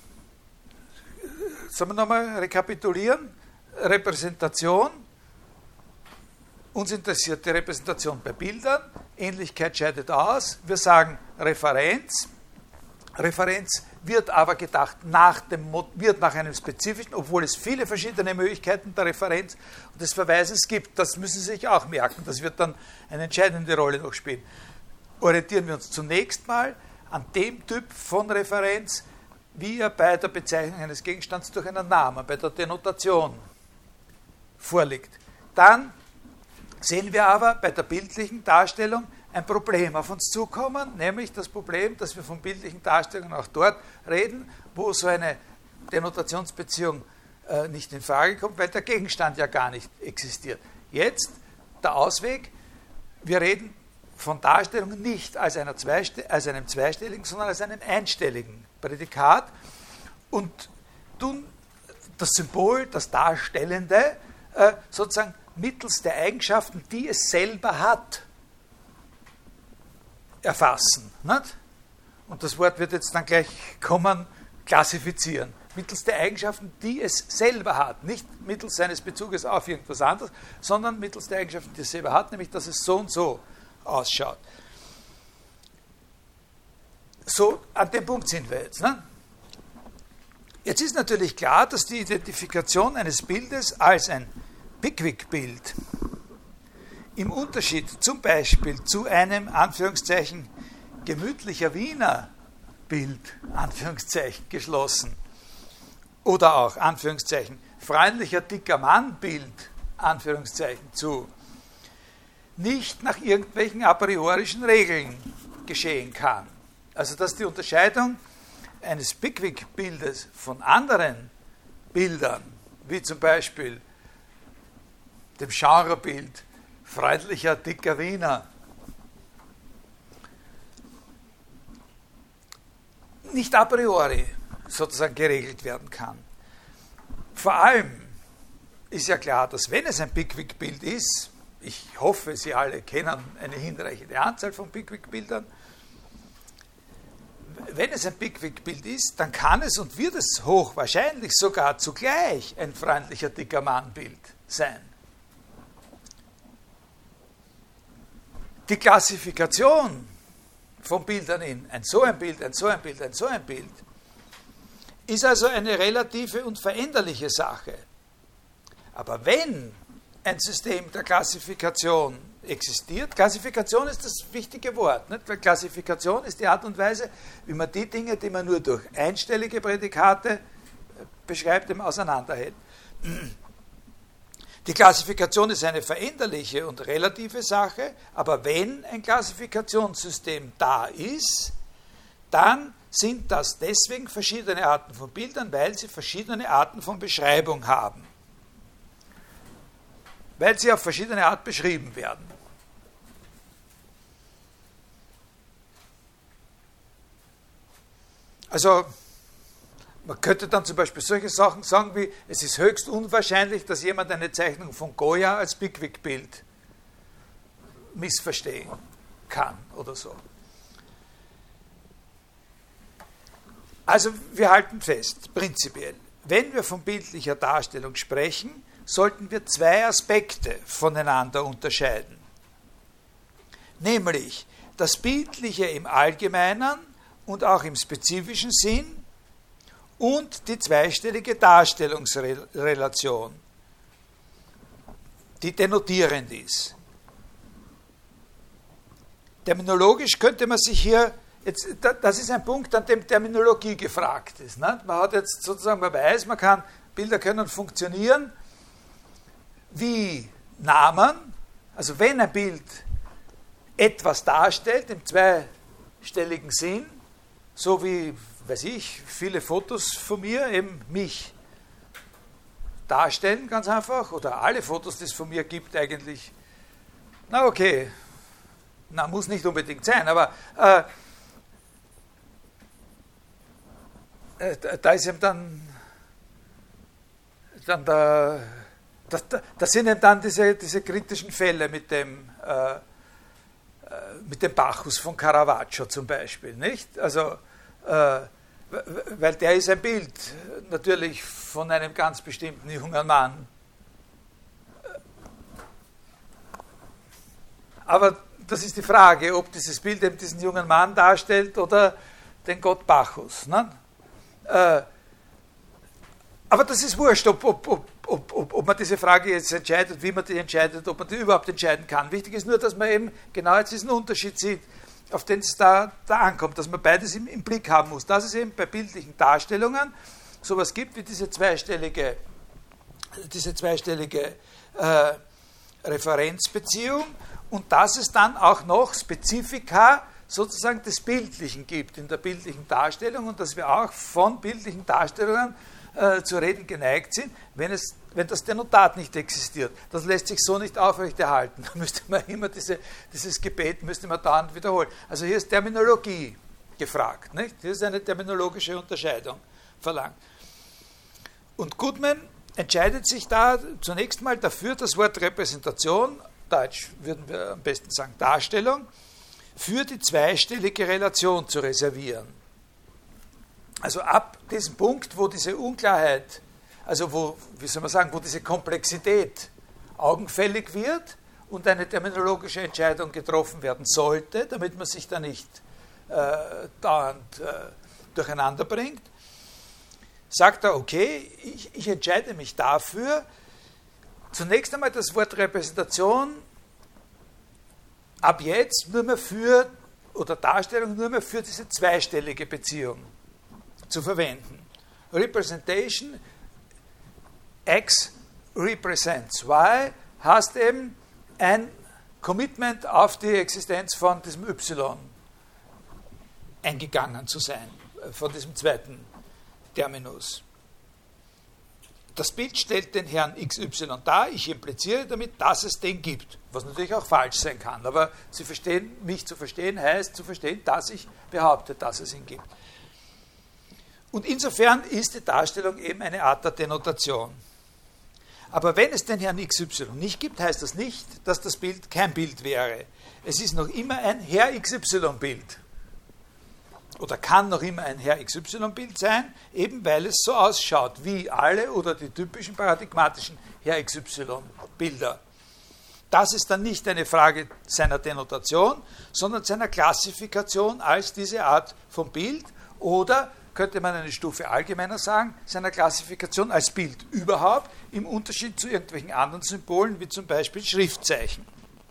sollen wir nochmal rekapitulieren? Repräsentation, uns interessiert die Repräsentation bei Bildern, Ähnlichkeit scheidet aus, wir sagen Referenz, Referenz wird aber gedacht nach dem, wird nach einem spezifischen, obwohl es viele verschiedene Möglichkeiten der Referenz und des Verweises gibt, das müssen Sie sich auch merken, das wird dann eine entscheidende Rolle noch spielen. Orientieren wir uns zunächst mal an dem Typ von Referenz, wie er bei der Bezeichnung eines Gegenstands durch einen Namen, bei der Denotation vorliegt. Dann sehen wir aber bei der bildlichen Darstellung ein Problem auf uns zukommen, nämlich das Problem, dass wir von bildlichen Darstellungen auch dort reden, wo so eine Denotationsbeziehung äh, nicht in Frage kommt, weil der Gegenstand ja gar nicht existiert. Jetzt der Ausweg, wir reden von Darstellungen nicht als, einer Zweiste- als einem zweistelligen, sondern als einem einstelligen Prädikat und tun das Symbol, das Darstellende, äh, sozusagen mittels der Eigenschaften, die es selber hat, erfassen. Nicht? Und das Wort wird jetzt dann gleich kommen, klassifizieren. Mittels der Eigenschaften, die es selber hat. Nicht mittels seines Bezuges auf irgendwas anderes, sondern mittels der Eigenschaften, die es selber hat, nämlich dass es so und so ausschaut. So, an dem Punkt sind wir jetzt. Ne? Jetzt ist natürlich klar, dass die Identifikation eines Bildes als ein Pickwick-Bild im Unterschied zum Beispiel zu einem, Anführungszeichen, gemütlicher Wiener Bild, Anführungszeichen, geschlossen, oder auch, Anführungszeichen, freundlicher dicker Mann Bild, Anführungszeichen, zu, nicht nach irgendwelchen a priorischen Regeln geschehen kann. Also dass die Unterscheidung eines Pickwick-Bildes von anderen Bildern, wie zum Beispiel dem Genrebild freundlicher dicker Wiener, nicht a priori sozusagen geregelt werden kann. Vor allem ist ja klar, dass wenn es ein Pickwick-Bild ist, ich hoffe, Sie alle kennen eine hinreichende Anzahl von Pickwick-Bildern, wenn es ein Pickwick-Bild ist, dann kann es und wird es hochwahrscheinlich sogar zugleich ein freundlicher dicker Mann-Bild sein. Die Klassifikation von Bildern in ein so ein Bild, ein so ein Bild, ein so ein Bild ist also eine relative und veränderliche Sache. Aber wenn ein System der Klassifikation existiert, Klassifikation ist das wichtige Wort, nicht? Weil Klassifikation ist die Art und Weise, wie man die Dinge, die man nur durch einstellige Prädikate beschreibt, eben auseinanderhält. Die Klassifikation ist eine veränderliche und relative Sache, aber wenn ein Klassifikationssystem da ist, dann sind das deswegen verschiedene Arten von Bildern, weil sie verschiedene Arten von Beschreibung haben. Weil sie auf verschiedene Art beschrieben werden. Also, man könnte dann zum Beispiel solche Sachen sagen wie, es ist höchst unwahrscheinlich, dass jemand eine Zeichnung von Goya als Pickwick-Bild missverstehen kann oder so. Also wir halten fest, prinzipiell, wenn wir von bildlicher Darstellung sprechen, sollten wir zwei Aspekte voneinander unterscheiden. Nämlich das Bildliche im allgemeinen und auch im spezifischen Sinn und die zweistellige Darstellungsrelation, die denotierend ist. Terminologisch könnte man sich hier, jetzt, das ist ein Punkt, an dem Terminologie gefragt ist. Ne? Man hat jetzt sozusagen, man weiß, man kann, Bilder können funktionieren wie Namen, also wenn ein Bild etwas darstellt im zweistelligen Sinn, so wie, weiß ich, viele Fotos von mir eben mich darstellen, ganz einfach, oder alle Fotos, die es von mir gibt, eigentlich, na okay, na, muss nicht unbedingt sein, aber äh, äh, da ist eben dann, dann da, da, da sind eben dann diese, diese kritischen Fälle mit dem äh, mit dem Bacchus von Caravaggio zum Beispiel, nicht? Also, äh, weil der ist ein Bild natürlich von einem ganz bestimmten jungen Mann. Aber das ist die Frage, ob dieses Bild eben diesen jungen Mann darstellt oder den Gott Bacchus. Ne? Äh, aber das ist wurscht, ob, ob, ob, ob, ob, ob man diese Frage jetzt entscheidet, wie man die entscheidet, ob man die überhaupt entscheiden kann. Wichtig ist nur, dass man eben genau jetzt diesen Unterschied sieht, auf den es da, da ankommt, dass man beides im, im Blick haben muss. Dass es eben bei bildlichen Darstellungen sowas gibt wie diese zweistellige, diese zweistellige äh, Referenzbeziehung und dass es dann auch noch Spezifika sozusagen des Bildlichen gibt in der bildlichen Darstellung und dass wir auch von bildlichen Darstellungen äh, zu reden geneigt sind, wenn, es, wenn das Denotat nicht existiert. Das lässt sich so nicht aufrechterhalten. Da müsste man immer diese, dieses Gebet müsste man dauernd wiederholen. Also hier ist Terminologie gefragt. Nicht? Hier ist eine terminologische Unterscheidung verlangt. Und Goodman entscheidet sich da zunächst mal dafür, das Wort Repräsentation, Deutsch würden wir am besten sagen Darstellung, für die zweistellige Relation zu reservieren. Also ab diesem Punkt, wo diese Unklarheit, also wo, wie soll man sagen, wo diese Komplexität augenfällig wird und eine terminologische Entscheidung getroffen werden sollte, damit man sich da nicht äh, dauernd äh, durcheinander bringt, sagt er, okay, ich, ich entscheide mich dafür, zunächst einmal das Wort Repräsentation ab jetzt nur mehr für, oder Darstellung nur mehr für diese zweistellige Beziehung zu verwenden. Representation, X represents Y, heißt eben ein Commitment auf die Existenz von diesem Y eingegangen zu sein, von diesem zweiten Terminus. Das Bild stellt den Herrn X Y dar, ich impliziere damit, dass es den gibt, was natürlich auch falsch sein kann, aber Sie verstehen, mich zu verstehen heißt zu verstehen, dass ich behaupte, dass es ihn gibt. Und insofern ist die Darstellung eben eine Art der Denotation. Aber wenn es den Herrn X Y nicht gibt, heißt das nicht, dass das Bild kein Bild wäre. Es ist noch immer ein Herr X Y-Bild. Oder kann noch immer ein Herr X Y-Bild sein, eben weil es so ausschaut wie alle oder die typischen paradigmatischen Herr X Y-Bilder. Das ist dann nicht eine Frage seiner Denotation, sondern seiner Klassifikation als diese Art von Bild oder, könnte man eine Stufe allgemeiner sagen, seiner Klassifikation als Bild überhaupt, im Unterschied zu irgendwelchen anderen Symbolen, wie zum Beispiel Schriftzeichen.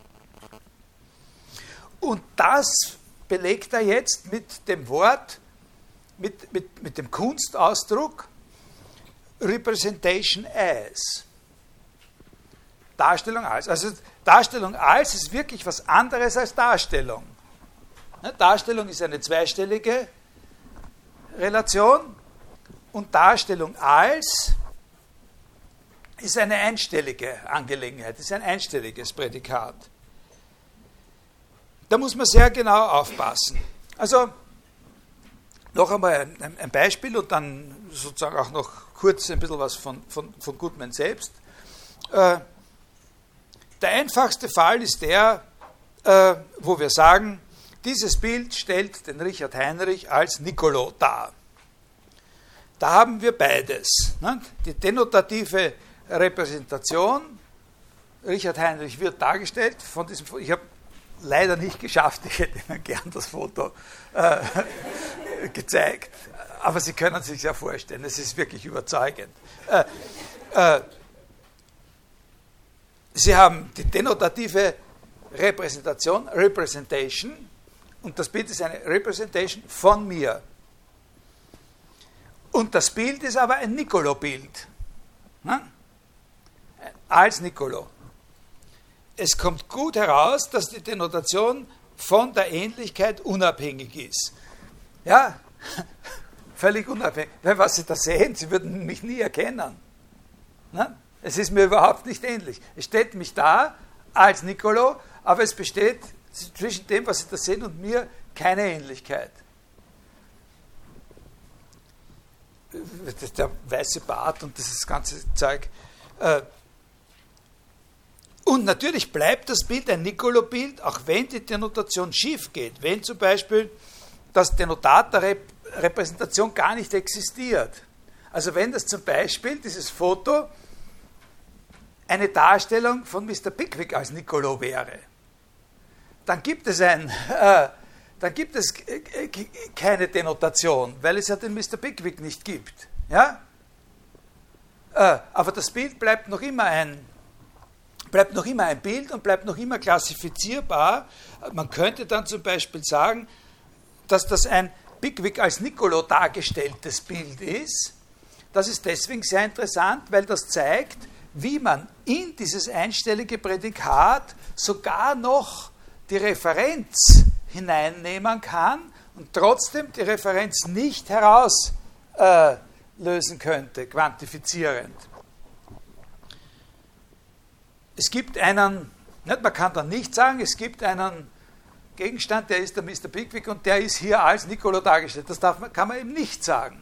Und das belegt er jetzt mit dem Wort, mit, mit, mit dem Kunstausdruck Representation as. Darstellung als. Also Darstellung als ist wirklich was anderes als Darstellung. Darstellung ist eine zweistellige Relation und Darstellung als ist eine einstellige Angelegenheit, ist ein einstelliges Prädikat. Da muss man sehr genau aufpassen. Also noch einmal ein, ein Beispiel und dann sozusagen auch noch kurz ein bisschen was von, von, von Goodman selbst. Äh, der einfachste Fall ist der, äh, wo wir sagen, dieses Bild stellt den Richard Heinrich als Niccolò dar. Da haben wir beides. Ne? Die denotative Repräsentation, Richard Heinrich wird dargestellt von diesem, ich habe leider nicht geschafft, ich hätte Ihnen gern das Foto äh, gezeigt, aber Sie können es sich ja vorstellen, es ist wirklich überzeugend. Äh, äh, Sie haben die denotative Repräsentation, Representation, und das Bild ist eine Representation von mir. Und das Bild ist aber ein Niccolò-Bild. Ne? Als Niccolò. Es kommt gut heraus, dass die Denotation von der Ähnlichkeit unabhängig ist. Ja, völlig unabhängig. Weil was Sie da sehen, Sie würden mich nie erkennen. Ne? Es ist mir überhaupt nicht ähnlich. Es stellt mich da als Niccolò, aber es besteht zwischen dem, was Sie da sehen, und mir keine Ähnlichkeit. Der weiße Bart und dieses ganze Zeug. Und natürlich bleibt das Bild ein Niccolò-Bild, auch wenn die Denotation schief geht. Wenn zum Beispiel das Denotat der Rep- Repräsentation gar nicht existiert. Also wenn das zum Beispiel, dieses Foto, eine Darstellung von Mister Pickwick als Niccolò wäre, dann gibt es ein, äh, dann gibt es keine Denotation, weil es ja den Mister Pickwick nicht gibt. Ja? Äh, aber das Bild bleibt noch immer ein, bleibt noch immer ein Bild und bleibt noch immer klassifizierbar. Man könnte dann zum Beispiel sagen, dass das ein Pickwick als Niccolò dargestelltes Bild ist. Das ist deswegen sehr interessant, weil das zeigt, wie man in dieses einstellige Prädikat sogar noch die Referenz hineinnehmen kann und trotzdem die Referenz nicht herauslösen äh, könnte, quantifizierend. Es gibt einen, nicht, man kann dann nicht sagen, es gibt einen Gegenstand, der ist der Mister Pickwick und der ist hier als Niccolò dargestellt. Das darf man, kann man eben nicht sagen.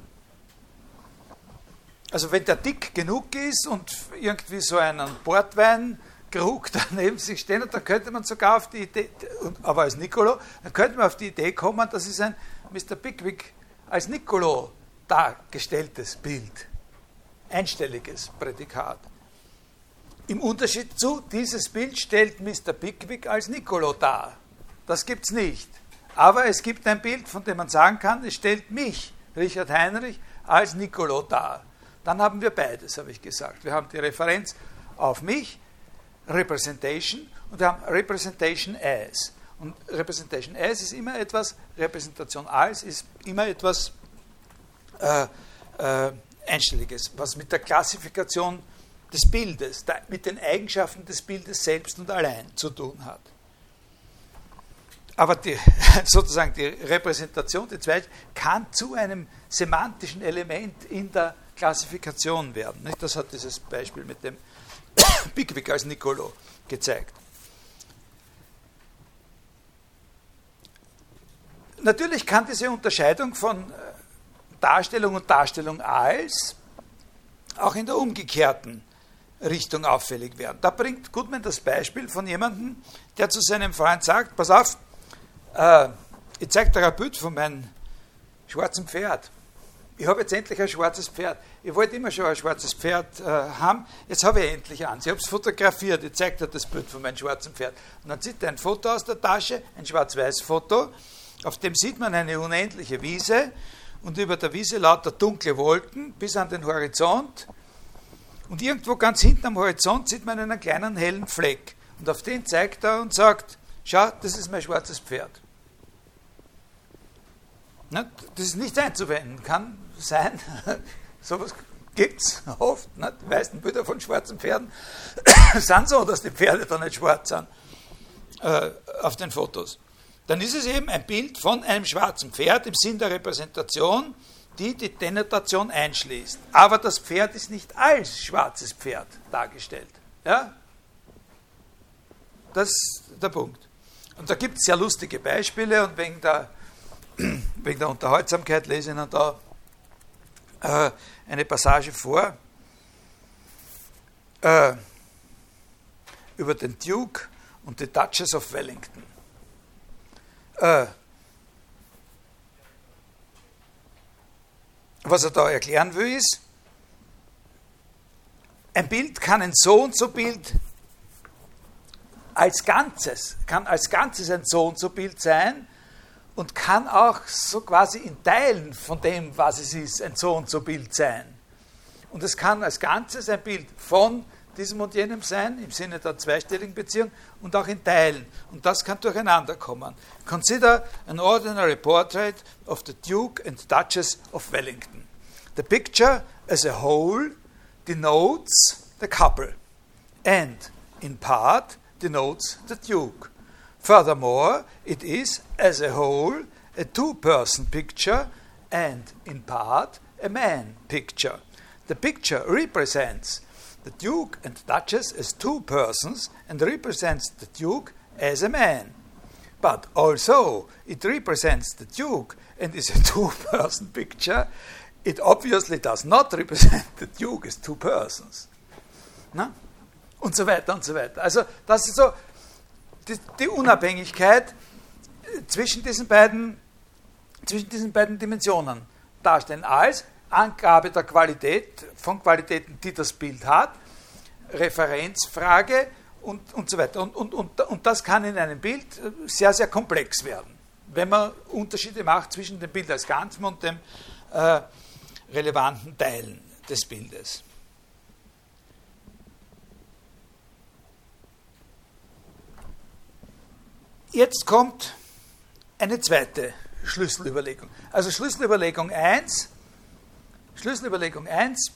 Also wenn der dick genug ist und irgendwie so einen Portweinkrug daneben sich stehen, dann könnte man sogar auf die Idee, aber als Niccolò, dann könnte man auf die Idee kommen, das ist ein Mister Pickwick als Niccolò dargestelltes Bild. Einstelliges Prädikat. Im Unterschied zu, dieses Bild stellt Mister Pickwick als Niccolò dar. Das gibt es nicht. Aber es gibt ein Bild, von dem man sagen kann, es stellt mich, Richard Heinrich, als Niccolò dar. Dann haben wir beides, habe ich gesagt. Wir haben die Referenz auf mich, Representation, und wir haben Representation as. Und Representation as ist immer etwas, Repräsentation als ist immer etwas äh, äh, Einstelliges, was mit der Klassifikation des Bildes, da, mit den Eigenschaften des Bildes selbst und allein zu tun hat. Aber die, sozusagen die Repräsentation, die zweite, kann zu einem semantischen Element in der Klassifikation werden. Nicht? Das hat dieses Beispiel mit dem Pickwick als Niccolo gezeigt. Natürlich kann diese Unterscheidung von Darstellung und Darstellung als auch in der umgekehrten Richtung auffällig werden. Da bringt Goodman das Beispiel von jemandem, der zu seinem Freund sagt, pass auf, äh, ich zeige dir ein Bild von meinem schwarzen Pferd. Ich habe jetzt endlich ein schwarzes Pferd. Ich wollte immer schon ein schwarzes Pferd äh, haben, jetzt habe ich endlich eins. Ich habe es fotografiert, ich zeige dir das Bild von meinem schwarzen Pferd. Und dann zieht er ein Foto aus der Tasche, ein Schwarz-Weiß-Foto, auf dem sieht man eine unendliche Wiese und über der Wiese lauter dunkle Wolken bis an den Horizont. Und irgendwo ganz hinten am Horizont sieht man einen kleinen hellen Fleck. Und auf den zeigt er und sagt, schau, das ist mein schwarzes Pferd. Das ist nicht einzuwenden, kann sein, sowas gibt es oft. Die meisten Bilder von schwarzen Pferden sind so, dass die Pferde da nicht schwarz sind äh, auf den Fotos. Dann ist es eben ein Bild von einem schwarzen Pferd im Sinn der Repräsentation, die die Denotation einschließt. Aber das Pferd ist nicht als schwarzes Pferd dargestellt. Ja? Das ist der Punkt. Und da gibt es sehr lustige Beispiele und wegen der, wegen der Unterhaltsamkeit lese ich Ihnen da äh, eine Passage vor äh, über den Duke und die Duchess of Wellington. Äh, was er da erklären will, ist, ein Bild kann ein so und so Bild als Ganzes, kann als Ganzes ein so und so Bild sein und kann auch so quasi in Teilen von dem, was es ist, ein so und so Bild sein. Und es kann als Ganzes ein Bild von diesem und jenem sein, im Sinne der zweistelligen Beziehung, und auch in Teilen. Und das kann durcheinander kommen. Consider an ordinary portrait of the Duke and Duchess of Wellington. The picture as a whole denotes the couple, and in part denotes the Duke. Furthermore, it is, as a whole, a two-person picture, and in part a man picture. The picture represents the Duke and Duchess as two persons and represents the Duke as a man. But also, it represents the Duke and is a two-person picture. It obviously does not represent the Duke as two persons. Na? Und so weiter und so weiter. Also, das ist so die, die Unabhängigkeit zwischen diesen beiden, zwischen diesen beiden Dimensionen darstellen als Angabe der Qualität, von Qualitäten, die das Bild hat, Referenzfrage und, und so weiter. Und, und, und, und das kann in einem Bild sehr, sehr komplex werden, wenn man Unterschiede macht zwischen dem Bild als Ganzem und dem äh, relevanten Teilen des Bildes. Jetzt kommt eine zweite Schlüsselüberlegung. Also Schlüsselüberlegung eins, Schlüsselüberlegung eins,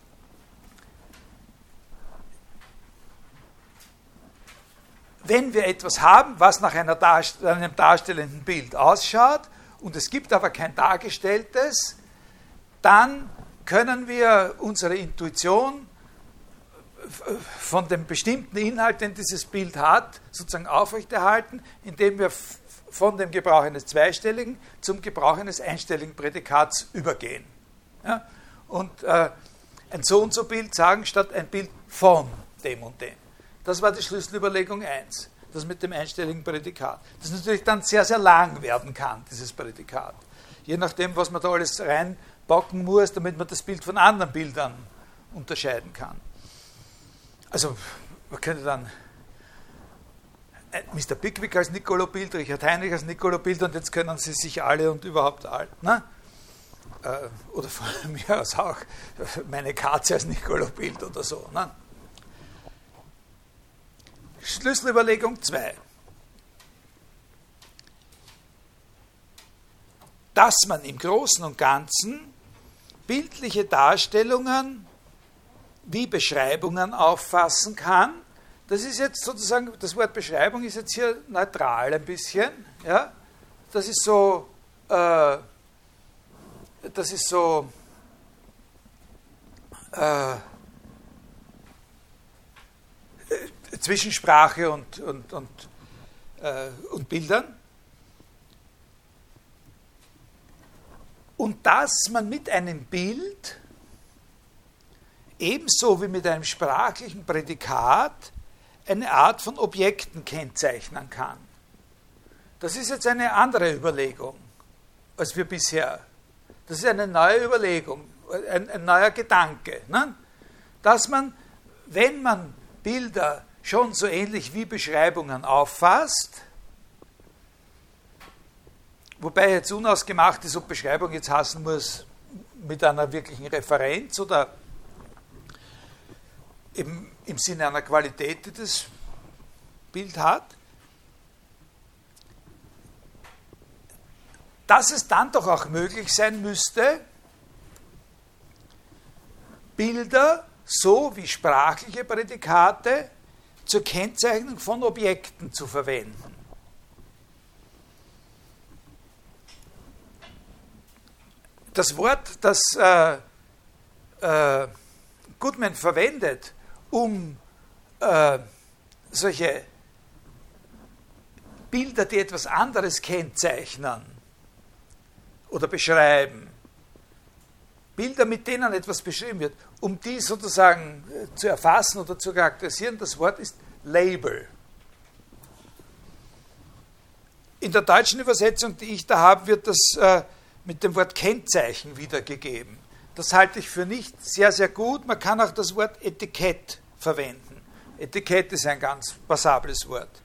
wenn wir etwas haben, was nach einer Darst- einem darstellenden Bild ausschaut und es gibt aber kein dargestelltes, dann können wir unsere Intuition von dem bestimmten Inhalt, den dieses Bild hat, sozusagen aufrechterhalten, indem wir von dem Gebrauch eines zweistelligen zum Gebrauch eines einstelligen Prädikats übergehen. Ja? Und äh, ein so und so Bild sagen statt ein Bild von dem und dem. Das war die Schlüsselüberlegung eins, das mit dem einstelligen Prädikat. Das natürlich dann sehr, sehr lang werden kann, dieses Prädikat. Je nachdem, was man da alles reinpacken muss, damit man das Bild von anderen Bildern unterscheiden kann. Also, man könnte dann Mister Pickwick als Niccolo-Bild, Richard Heinrich als Niccolo-Bild und jetzt können sie sich alle und überhaupt alle. Ne? Äh, oder von mir aus auch meine Katze als Niccolo-Bild oder so. Ne? Schlüsselüberlegung zwei. Dass man im Großen und Ganzen bildliche Darstellungen wie Beschreibungen auffassen kann. Das ist jetzt sozusagen, das Wort Beschreibung ist jetzt hier neutral ein bisschen. Ja? Das ist so, äh, das ist so, äh, zwischen Sprache und, und, und, äh, und Bildern. Und dass man mit einem Bild ebenso wie mit einem sprachlichen Prädikat eine Art von Objekten kennzeichnen kann. Das ist jetzt eine andere Überlegung als wir bisher. Das ist eine neue Überlegung, ein, ein neuer Gedanke. Ne? Dass man, wenn man Bilder schon so ähnlich wie Beschreibungen auffasst, wobei jetzt unausgemacht ist, ob Beschreibung jetzt heißen muss mit einer wirklichen Referenz oder im, im Sinne einer Qualität, die das Bild hat, dass es dann doch auch möglich sein müsste, Bilder so wie sprachliche Prädikate zur Kennzeichnung von Objekten zu verwenden. Das Wort, das äh, äh, Goodman verwendet, um äh, solche Bilder, die etwas anderes kennzeichnen oder beschreiben, Bilder, mit denen etwas beschrieben wird, um die sozusagen zu erfassen oder zu charakterisieren, das Wort ist Label. In der deutschen Übersetzung, die ich da habe, wird das äh, mit dem Wort Kennzeichen wiedergegeben. Das halte ich für nicht sehr, sehr gut. Man kann auch das Wort Etikett verwenden. Etikett ist ein ganz passables Wort.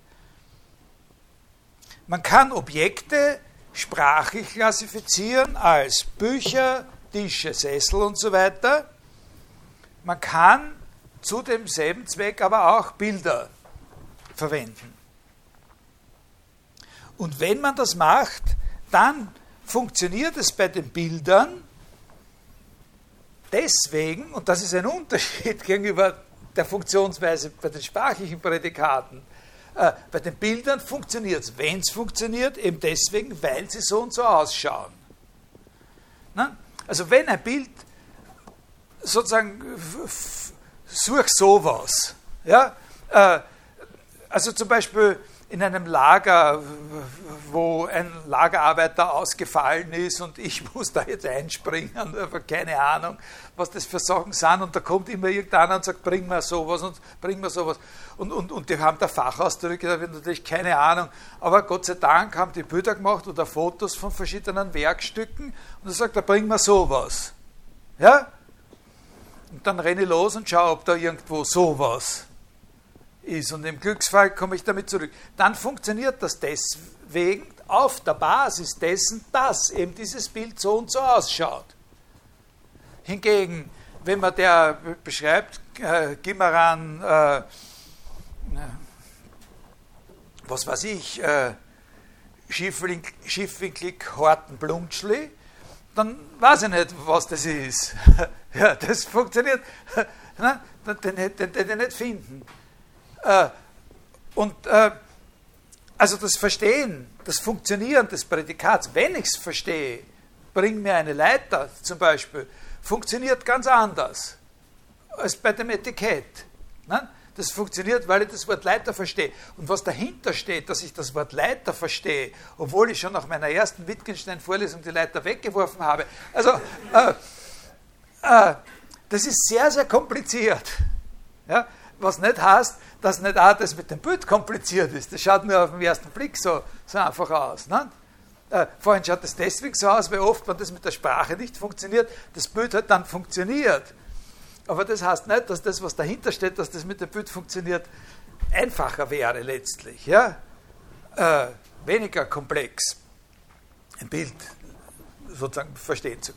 Man kann Objekte sprachlich klassifizieren als Bücher, Tische, Sessel und so weiter. Man kann zu demselben Zweck aber auch Bilder verwenden. Und wenn man das macht, dann funktioniert es bei den Bildern deswegen, und das ist ein Unterschied gegenüber der Funktionsweise bei den sprachlichen Prädikaten, äh, bei den Bildern funktioniert es, wenn es funktioniert, eben deswegen, weil sie so und so ausschauen. Na? Also wenn ein Bild sozusagen, such sowas, ja, äh, also zum Beispiel in einem Lager, wo ein Lagerarbeiter ausgefallen ist und ich muss da jetzt einspringen, aber keine Ahnung, was das für Sachen sind, und da kommt immer irgendeiner und sagt, bring mir sowas und bring mir sowas. Und, und, und die haben da Fachausdrücke, da wird natürlich keine Ahnung, aber Gott sei Dank haben die Bilder gemacht oder Fotos von verschiedenen Werkstücken und er sagt, da bring mir sowas. Ja? Und dann renne ich los und schaue, ob da irgendwo sowas ist, und im Glücksfall komme ich damit zurück. Dann funktioniert das deswegen auf der Basis dessen, dass eben dieses Bild so und so ausschaut. Hingegen, wenn man der beschreibt, äh, Gimmeran, äh, was weiß ich, äh, schiffwinklig Horten Blunschli, dann weiß ich nicht, was das ist. Ja, das funktioniert. Den, den, den, den nicht finden. Äh, und äh, also das Verstehen, das Funktionieren des Prädikats, wenn ich es verstehe, bring mir eine Leiter zum Beispiel, funktioniert ganz anders als bei dem Etikett. Ne? Das funktioniert, weil ich das Wort Leiter verstehe. Und was dahinter steht, dass ich das Wort Leiter verstehe, obwohl ich schon nach meiner ersten Wittgenstein-Vorlesung die Leiter weggeworfen habe. Also, äh, äh, das ist sehr, sehr kompliziert. Ja? Was nicht heißt, dass nicht auch das mit dem Bild kompliziert ist. Das schaut nur auf den ersten Blick so, so einfach aus. Ne? Äh, vorhin schaut es deswegen so aus, weil oft, wenn das mit der Sprache nicht funktioniert, das Bild halt dann funktioniert. Aber das heißt nicht, dass das, was dahinter steht, dass das mit dem Bild funktioniert, einfacher wäre letztlich. Ja? Äh, weniger komplex, ein Bild sozusagen verstehen zu können.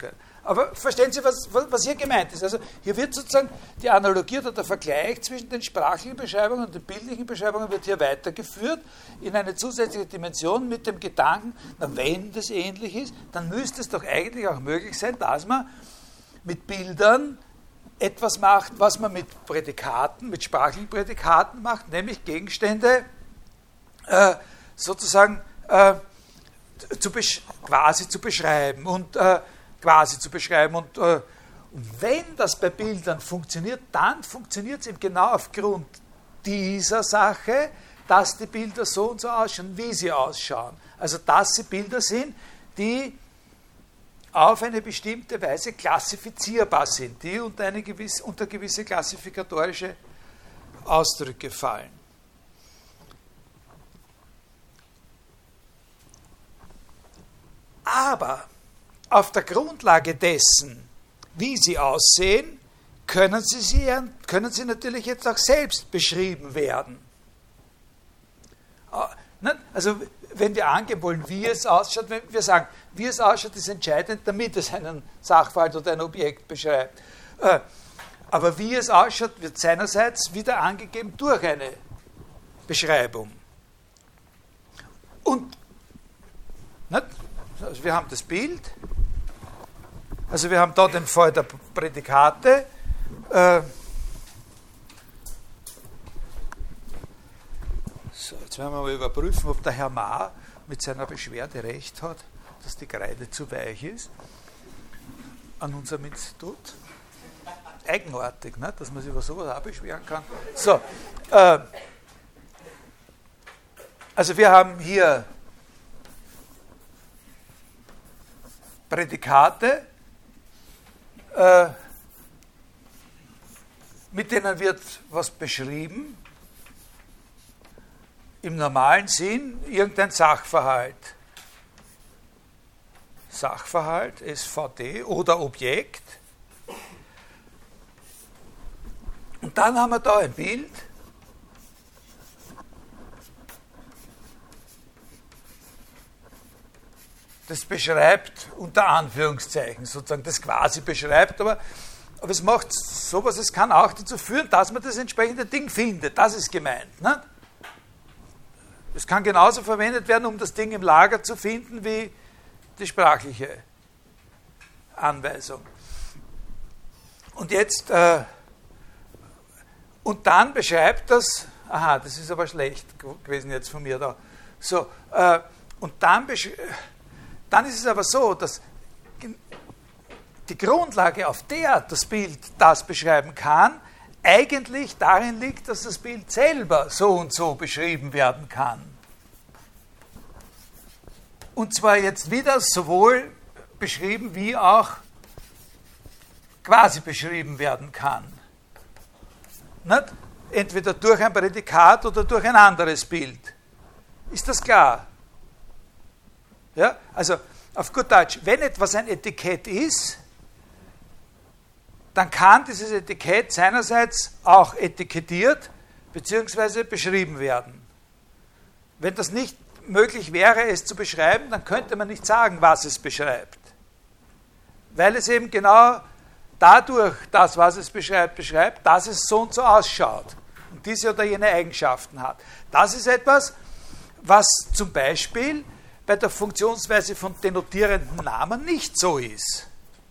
aber verstehen Sie, was, was hier gemeint ist? Also hier wird sozusagen die Analogie oder der Vergleich zwischen den sprachlichen Beschreibungen und den bildlichen Beschreibungen wird hier weitergeführt in eine zusätzliche Dimension mit dem Gedanken, na, wenn das ähnlich ist, dann müsste es doch eigentlich auch möglich sein, dass man mit Bildern etwas macht, was man mit Prädikaten, mit sprachlichen Prädikaten macht, nämlich Gegenstände äh, sozusagen äh, zu quasi zu beschreiben und äh, quasi zu beschreiben. Und, äh, und wenn das bei Bildern funktioniert, dann funktioniert es eben genau aufgrund dieser Sache, dass die Bilder so und so ausschauen, wie sie ausschauen. Also dass sie Bilder sind, die auf eine bestimmte Weise klassifizierbar sind, die unter, eine gewisse, unter gewisse klassifikatorische Ausdrücke fallen. Aber auf der Grundlage dessen, wie sie aussehen, können sie, sie, können sie natürlich jetzt auch selbst beschrieben werden. Also wenn wir angeben wollen, wie es ausschaut, wenn wir sagen, wie es ausschaut, ist entscheidend, damit es einen Sachverhalt oder ein Objekt beschreibt. Aber wie es ausschaut, wird seinerseits wieder angegeben durch eine Beschreibung. Und nicht? Also wir haben das Bild, also wir haben da den Fall der Prädikate. Äh, so, jetzt werden wir mal überprüfen, ob der Herr Maar mit seiner Beschwerde recht hat, dass die Kreide zu weich ist an unserem Institut. Eigenartig, ne? Dass man sich über sowas auch beschweren kann. So, äh, also wir haben hier Prädikate, äh, mit denen wird was beschrieben, im normalen Sinn irgendein Sachverhalt. Sachverhalt, S V D oder Objekt. Und dann haben wir da ein Bild. Das beschreibt, unter Anführungszeichen, sozusagen, das quasi beschreibt, aber, aber es macht sowas, es kann auch dazu führen, dass man das entsprechende Ding findet. Das ist gemeint. Ne? Es kann genauso verwendet werden, um das Ding im Lager zu finden, wie die sprachliche Anweisung. Und jetzt, äh, und dann beschreibt das, aha, das ist aber schlecht gewesen jetzt von mir da. So, äh, und dann beschreibt, Dann ist es aber so, dass die Grundlage, auf der das Bild das beschreiben kann, eigentlich darin liegt, dass das Bild selber so und so beschrieben werden kann. Und zwar jetzt wieder sowohl beschrieben wie auch quasi beschrieben werden kann. Nicht? Entweder durch ein Prädikat oder durch ein anderes Bild. Ist das klar? Ja, also auf gut Deutsch, wenn etwas ein Etikett ist, dann kann dieses Etikett seinerseits auch etikettiert bzw. beschrieben werden. Wenn das nicht möglich wäre, es zu beschreiben, dann könnte man nicht sagen, was es beschreibt. Weil es eben genau dadurch das, was es beschreibt, beschreibt, dass es so und so ausschaut und diese oder jene Eigenschaften hat. Das ist etwas, was zum Beispiel bei der Funktionsweise von denotierenden Namen nicht so ist.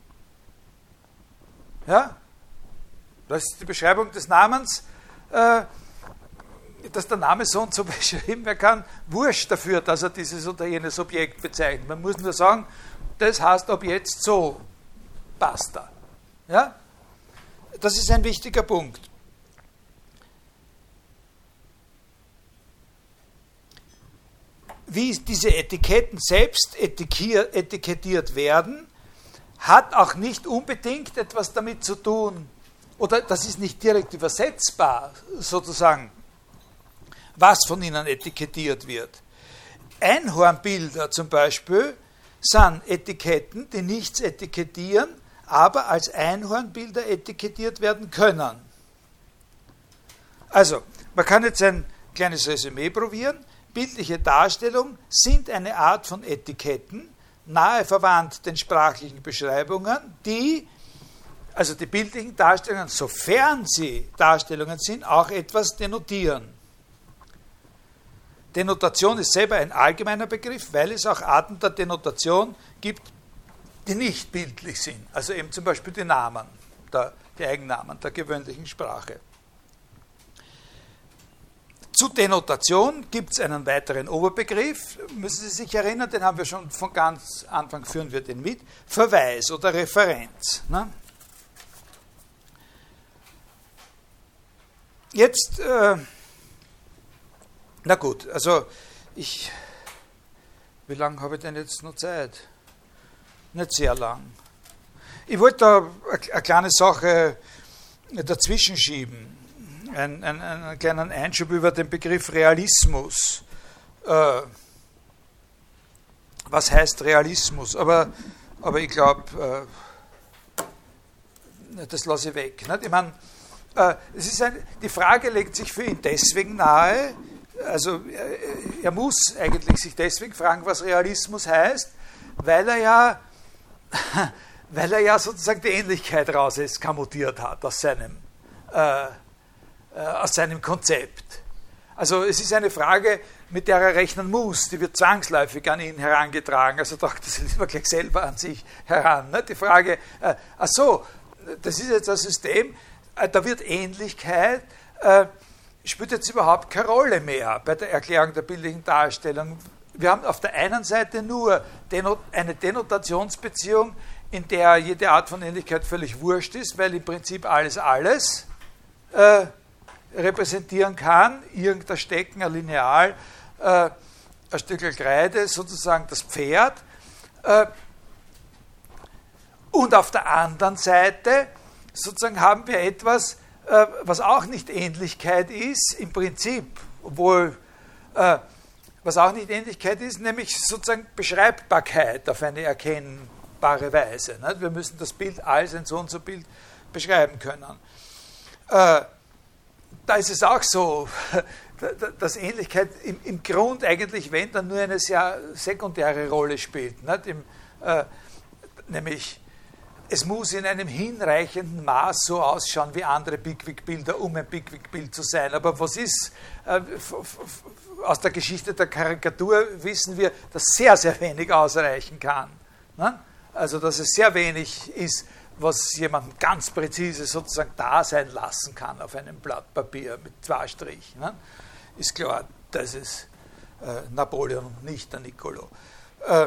Ja? Das ist die Beschreibung des Namens, äh, dass der Name so und so beschrieben werden kann, wurscht dafür, dass er dieses oder jenes Objekt bezeichnet. Man muss nur sagen, das heißt ab jetzt so, basta. Ja? Das ist ein wichtiger Punkt. Wie diese Etiketten selbst etikettiert werden, hat auch nicht unbedingt etwas damit zu tun, oder das ist nicht direkt übersetzbar, sozusagen, was von ihnen etikettiert wird. Einhornbilder zum Beispiel sind Etiketten, die nichts etikettieren, aber als Einhornbilder etikettiert werden können. Also, man kann jetzt ein kleines Resümee probieren. Bildliche Darstellung sind eine Art von Etiketten, nahe verwandt den sprachlichen Beschreibungen, die, also die bildlichen Darstellungen, sofern sie Darstellungen sind, auch etwas denotieren. Denotation ist selber ein allgemeiner Begriff, weil es auch Arten der Denotation gibt, die nicht bildlich sind. Also eben zum Beispiel die Namen, der, die Eigennamen der gewöhnlichen Sprache. Zu Denotation gibt es einen weiteren Oberbegriff, müssen Sie sich erinnern, den haben wir schon von ganz Anfang, führen wir den mit, Verweis oder Referenz. Ne? Jetzt, äh, na gut, also ich, wie lange habe ich denn jetzt noch Zeit? Nicht sehr lang. Ich wollte da eine kleine Sache dazwischen schieben, einen, einen, einen kleinen Einschub über den Begriff Realismus. Äh, was heißt Realismus? Aber, aber ich glaube, äh, das lasse ich weg. Nicht? Ich meine, äh, es ist ein, die Frage legt sich für ihn deswegen nahe, also äh, er muss eigentlich sich deswegen fragen, was Realismus heißt, weil er ja weil er ja sozusagen die Ähnlichkeit raus eskamotiert hat aus seinem, äh, äh, aus seinem Konzept. Also es ist eine Frage, mit der er rechnen muss, die wird zwangsläufig an ihn herangetragen, also doch das lieber gleich selber an sich heran. Ne? Die Frage, äh, ach so, das ist jetzt das System, äh, da wird Ähnlichkeit, äh, spielt jetzt überhaupt keine Rolle mehr bei der Erklärung der bildlichen Darstellung. Wir haben auf der einen Seite nur eine Denotationsbeziehung, in der jede Art von Ähnlichkeit völlig wurscht ist, weil im Prinzip alles alles äh, repräsentieren kann, irgendein Stecken, ein Lineal, äh, ein Stückel Kreide, sozusagen das Pferd. Äh, und auf der anderen Seite sozusagen haben wir etwas, äh, was auch nicht Ähnlichkeit ist, im Prinzip, obwohl äh, was auch nicht Ähnlichkeit ist, nämlich sozusagen Beschreibbarkeit auf eine erkennbare Weise. Wir müssen das Bild als ein so und so Bild beschreiben können. Äh, da ist es auch so, dass Ähnlichkeit im, im Grund eigentlich, wenn, dann nur eine sehr sekundäre Rolle spielt. Nicht? Im, äh, nämlich, es muss in einem hinreichenden Maß so ausschauen wie andere Pickwick-Bilder, um ein Pickwick-Bild zu sein. Aber was ist, äh, aus der Geschichte der Karikatur wissen wir, dass sehr, sehr wenig ausreichen kann. Ne? Also, dass es sehr wenig ist, was jemanden ganz präzise sozusagen da sein lassen kann auf einem Blatt Papier mit zwei Strichen. Ne? Ist klar, das ist äh, Napoleon und nicht der Niccolo. Äh,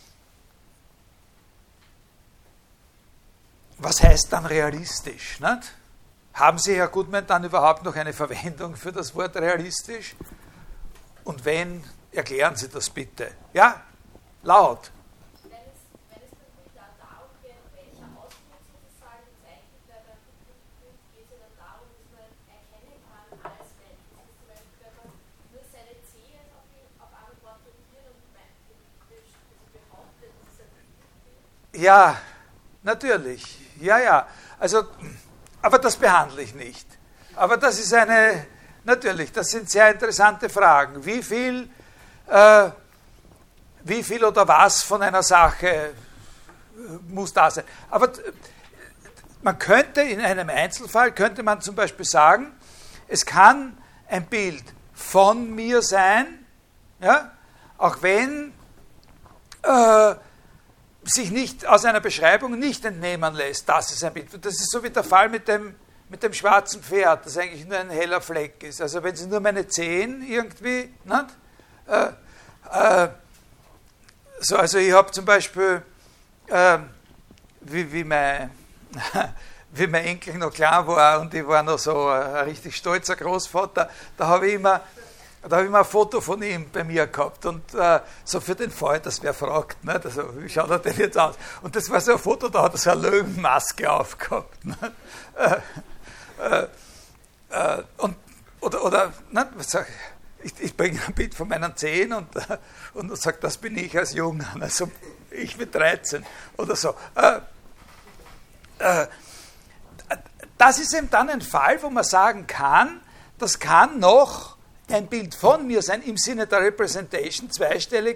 was heißt dann realistisch? Nicht? Haben Sie, Herr Gutmann, dann überhaupt noch eine Verwendung für das Wort realistisch? Und wenn, erklären Sie das bitte. Ja, laut. Wenn es, wenn es natürlich da darum geht, welcher Ausdruck sozusagen bezeichnet wird, dann geht es ja dann darum, dass man erkennen kann als Mensch. Das ist zum Beispiel, wenn man nur seine Zehen auf, auf einen porträtiert und behauptet, das ist ein Bild. Ja, natürlich. Ja, ja. Also, aber das behandle ich nicht. Aber das ist eine... Natürlich, das sind sehr interessante Fragen. Wie viel, äh, wie viel oder was von einer Sache muss da sein? Aber man könnte in einem Einzelfall, könnte man zum Beispiel sagen, es kann ein Bild von mir sein, ja, auch wenn äh, sich nicht aus einer Beschreibung nicht entnehmen lässt, dass es ein Bild. Das ist so wie der Fall mit dem mit dem schwarzen Pferd, das eigentlich nur ein heller Fleck ist. Also wenn Sie nur meine Zehen irgendwie, nicht? Äh, äh, so, also ich habe zum Beispiel, äh, wie, wie, mein, wie mein Enkel noch klein war und ich war noch so ein, ein richtig stolzer Großvater, da habe ich immer Da habe ich mal ein Foto von ihm bei mir gehabt und äh, so für den Fall, dass wer fragt, nicht? Also, wie schaut er denn jetzt aus? Und das war so ein Foto, da hat er so eine Löwenmaske aufgehabt. Nicht? Äh, äh, äh, und, oder, oder nicht? Ich, ich bringe ein Bild von meinen Zehen und, äh, und er sagt, das bin ich als Junger, also ich mit dreizehn oder so. Äh, äh, das ist eben dann ein Fall, wo man sagen kann, das kann noch ein Bild von mir sein, im Sinne der Representation, zweistellige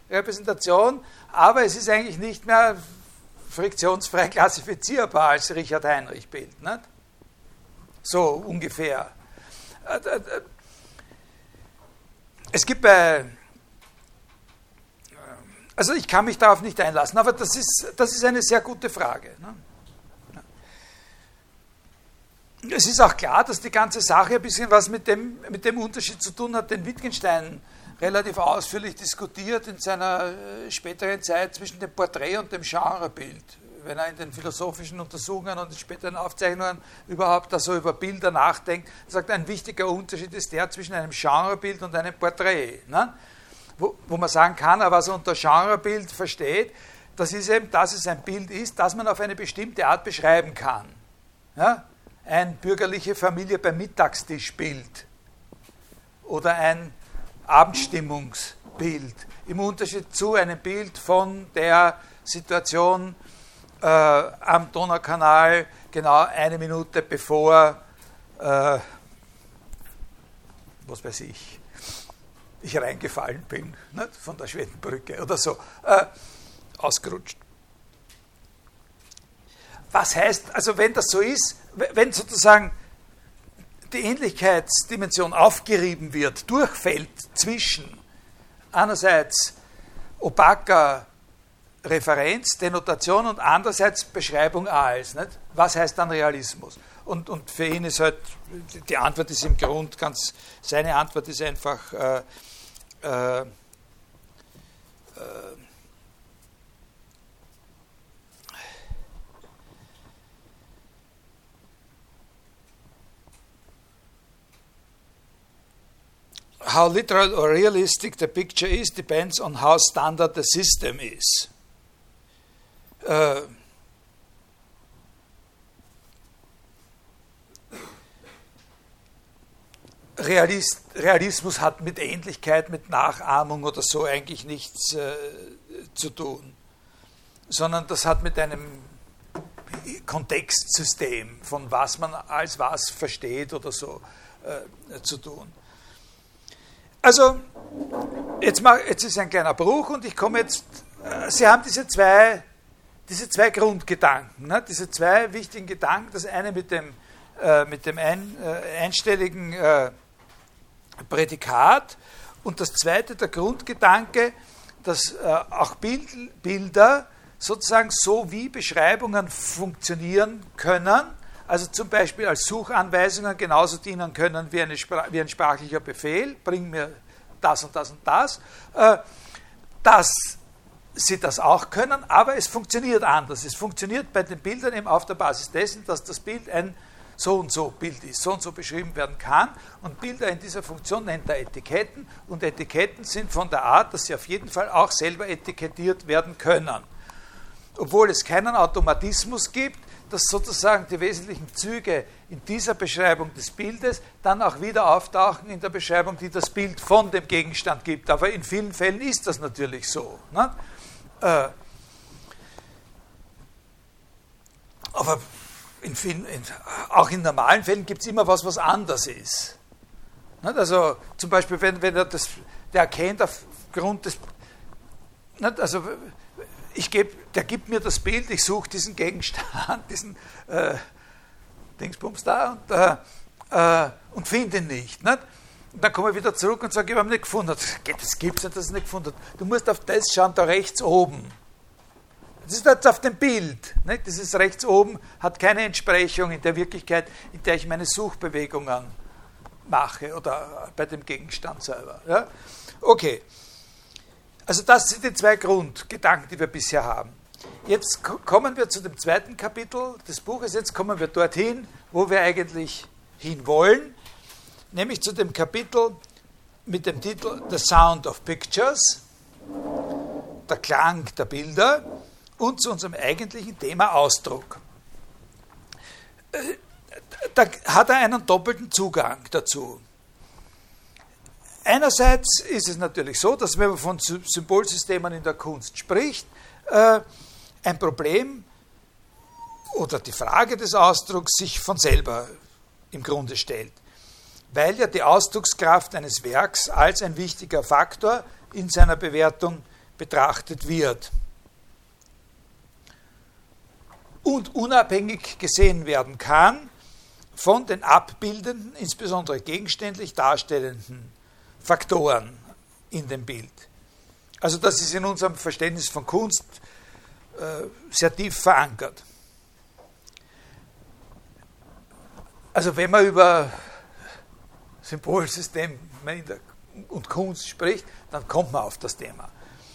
Repräsentation, aber es ist eigentlich nicht mehr friktionsfrei klassifizierbar als Richard-Heinrich-Bild. Nicht? So ungefähr. Es gibt bei, also ich kann mich darauf nicht einlassen, aber das ist, das ist eine sehr gute Frage. Ne? Es ist auch klar, dass die ganze Sache ein bisschen was mit dem, mit dem Unterschied zu tun hat, den Wittgenstein relativ ausführlich diskutiert in seiner späteren Zeit zwischen dem Porträt und dem Genrebild. Wenn er in den philosophischen Untersuchungen und in späteren Aufzeichnungen überhaupt also über Bilder nachdenkt, sagt, ein wichtiger Unterschied ist der zwischen einem Genrebild und einem Porträt. Ne? Wo, wo man sagen kann, was er unter Genrebild versteht, das ist eben, dass es ein Bild ist, das man auf eine bestimmte Art beschreiben kann. Ja? Ein bürgerliche Familie beim Mittagstischbild oder ein Abendstimmungsbild. Im Unterschied zu einem Bild von der Situation äh, am Donaukanal genau eine Minute bevor, äh, was weiß ich, ich reingefallen bin, nicht? Von der Schwedenbrücke oder so, äh, ausgerutscht. Was heißt, also wenn das so ist, wenn sozusagen die Ähnlichkeitsdimension aufgerieben wird, durchfällt zwischen einerseits opaker Referenz, Denotation und andererseits Beschreibung als. Nicht? Was heißt dann Realismus? Und, und für ihn ist halt, die Antwort ist im Grund ganz, seine Antwort ist einfach äh, äh, äh, how literal or realistic the picture is depends on how standard the system is. Äh, Realist, Realismus hat mit Ähnlichkeit, mit Nachahmung oder so eigentlich nichts äh, zu tun, sondern das hat mit einem Kontextsystem, von was man als was versteht oder so, äh, zu tun. Also, jetzt, mach, jetzt ist ein kleiner Bruch und ich komme jetzt, äh, Sie haben diese zwei, diese zwei Grundgedanken, ne? Diese zwei wichtigen Gedanken, das eine mit dem, äh, mit dem ein, äh, einstelligen äh, Prädikat und das zweite der Grundgedanke, dass äh, auch Bild, Bilder sozusagen so wie Beschreibungen funktionieren können, also zum Beispiel als Suchanweisungen genauso dienen können wie, eine, wie ein sprachlicher Befehl, bring mir das und das und das, äh, dass sie das auch können, aber es funktioniert anders. Es funktioniert bei den Bildern eben auf der Basis dessen, dass das Bild ein so und so Bild ist, so und so beschrieben werden kann und Bilder in dieser Funktion nennt er Etiketten und Etiketten sind von der Art, dass sie auf jeden Fall auch selber etikettiert werden können. Obwohl es keinen Automatismus gibt, dass sozusagen die wesentlichen Züge in dieser Beschreibung des Bildes dann auch wieder auftauchen in der Beschreibung, die das Bild von dem Gegenstand gibt. Aber in vielen Fällen ist das natürlich so. Ne? Äh, aber in vielen, in, auch in normalen Fällen gibt es immer was, was anders ist. Ne? Also zum Beispiel, wenn, wenn er das, der erkennt aufgrund des... Ne? Also ich geb, der gibt mir das Bild, ich suche diesen Gegenstand, diesen äh, Dingsbums da und, äh, äh, und finde ihn nicht. nicht. Und dann komme ich wieder zurück und sage, ich habe ihn nicht gefunden. Das gibt es nicht, dass ich ihn nicht gefunden habe. Du musst auf das schauen, da rechts oben. Das ist jetzt auf dem Bild. Nicht? Dieses rechts oben hat keine Entsprechung in der Wirklichkeit, in der ich meine Suchbewegungen mache oder bei dem Gegenstand selber. Ja? Okay. Also das sind die zwei Grundgedanken, die wir bisher haben. Jetzt kommen wir zu dem zweiten Kapitel des Buches, jetzt kommen wir dorthin, wo wir eigentlich hinwollen, nämlich zu dem Kapitel mit dem Titel The Sound of Pictures, der Klang der Bilder und zu unserem eigentlichen Thema Ausdruck. Da hat er einen doppelten Zugang dazu. Einerseits ist es natürlich so, dass wenn man von Symbolsystemen in der Kunst spricht, äh, ein Problem oder die Frage des Ausdrucks sich von selber im Grunde stellt, weil ja die Ausdruckskraft eines Werks als ein wichtiger Faktor in seiner Bewertung betrachtet wird und unabhängig gesehen werden kann von den abbildenden, insbesondere gegenständlich darstellenden Faktoren in dem Bild. Also das ist in unserem Verständnis von Kunst äh, sehr tief verankert. Also wenn man über Symbolsystem und Kunst spricht, dann kommt man auf das Thema.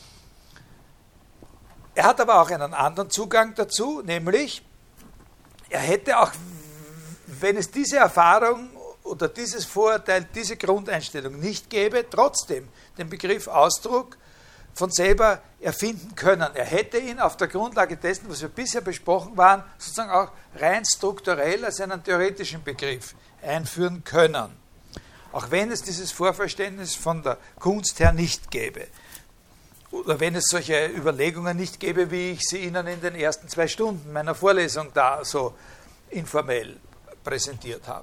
Er hat aber auch einen anderen Zugang dazu, nämlich er hätte auch, wenn es diese Erfahrung oder dieses Vorurteil, diese Grundeinstellung nicht gäbe, trotzdem den Begriff Ausdruck von selber erfinden können. Er hätte ihn auf der Grundlage dessen, was wir bisher besprochen waren, sozusagen auch rein strukturell als einen theoretischen Begriff einführen können. Auch wenn es dieses Vorverständnis von der Kunst her nicht gäbe. Oder wenn es solche Überlegungen nicht gäbe, wie ich sie Ihnen in den ersten zwei Stunden meiner Vorlesung da so informell präsentiert habe.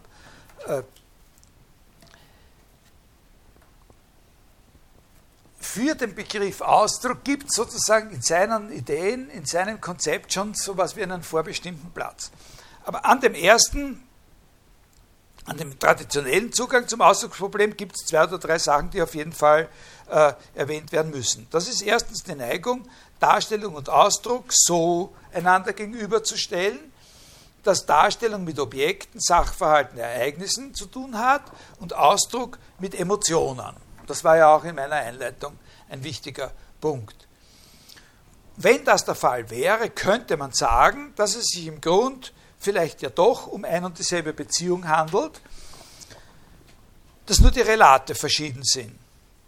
Für den Begriff Ausdruck gibt es sozusagen in seinen Ideen, in seinem Konzept schon so etwas wie einen vorbestimmten Platz. Aber an dem ersten, an dem traditionellen Zugang zum Ausdrucksproblem gibt es zwei oder drei Sachen, die auf jeden Fall äh, erwähnt werden müssen. Das ist erstens die Neigung, Darstellung und Ausdruck so einander gegenüberzustellen, dass Darstellung mit Objekten, Sachverhalten, Ereignissen zu tun hat und Ausdruck mit Emotionen. Das war ja auch in meiner Einleitung ein wichtiger Punkt. Wenn das der Fall wäre, könnte man sagen, dass es sich im Grund vielleicht ja doch um ein und dieselbe Beziehung handelt, dass nur die Relate verschieden sind.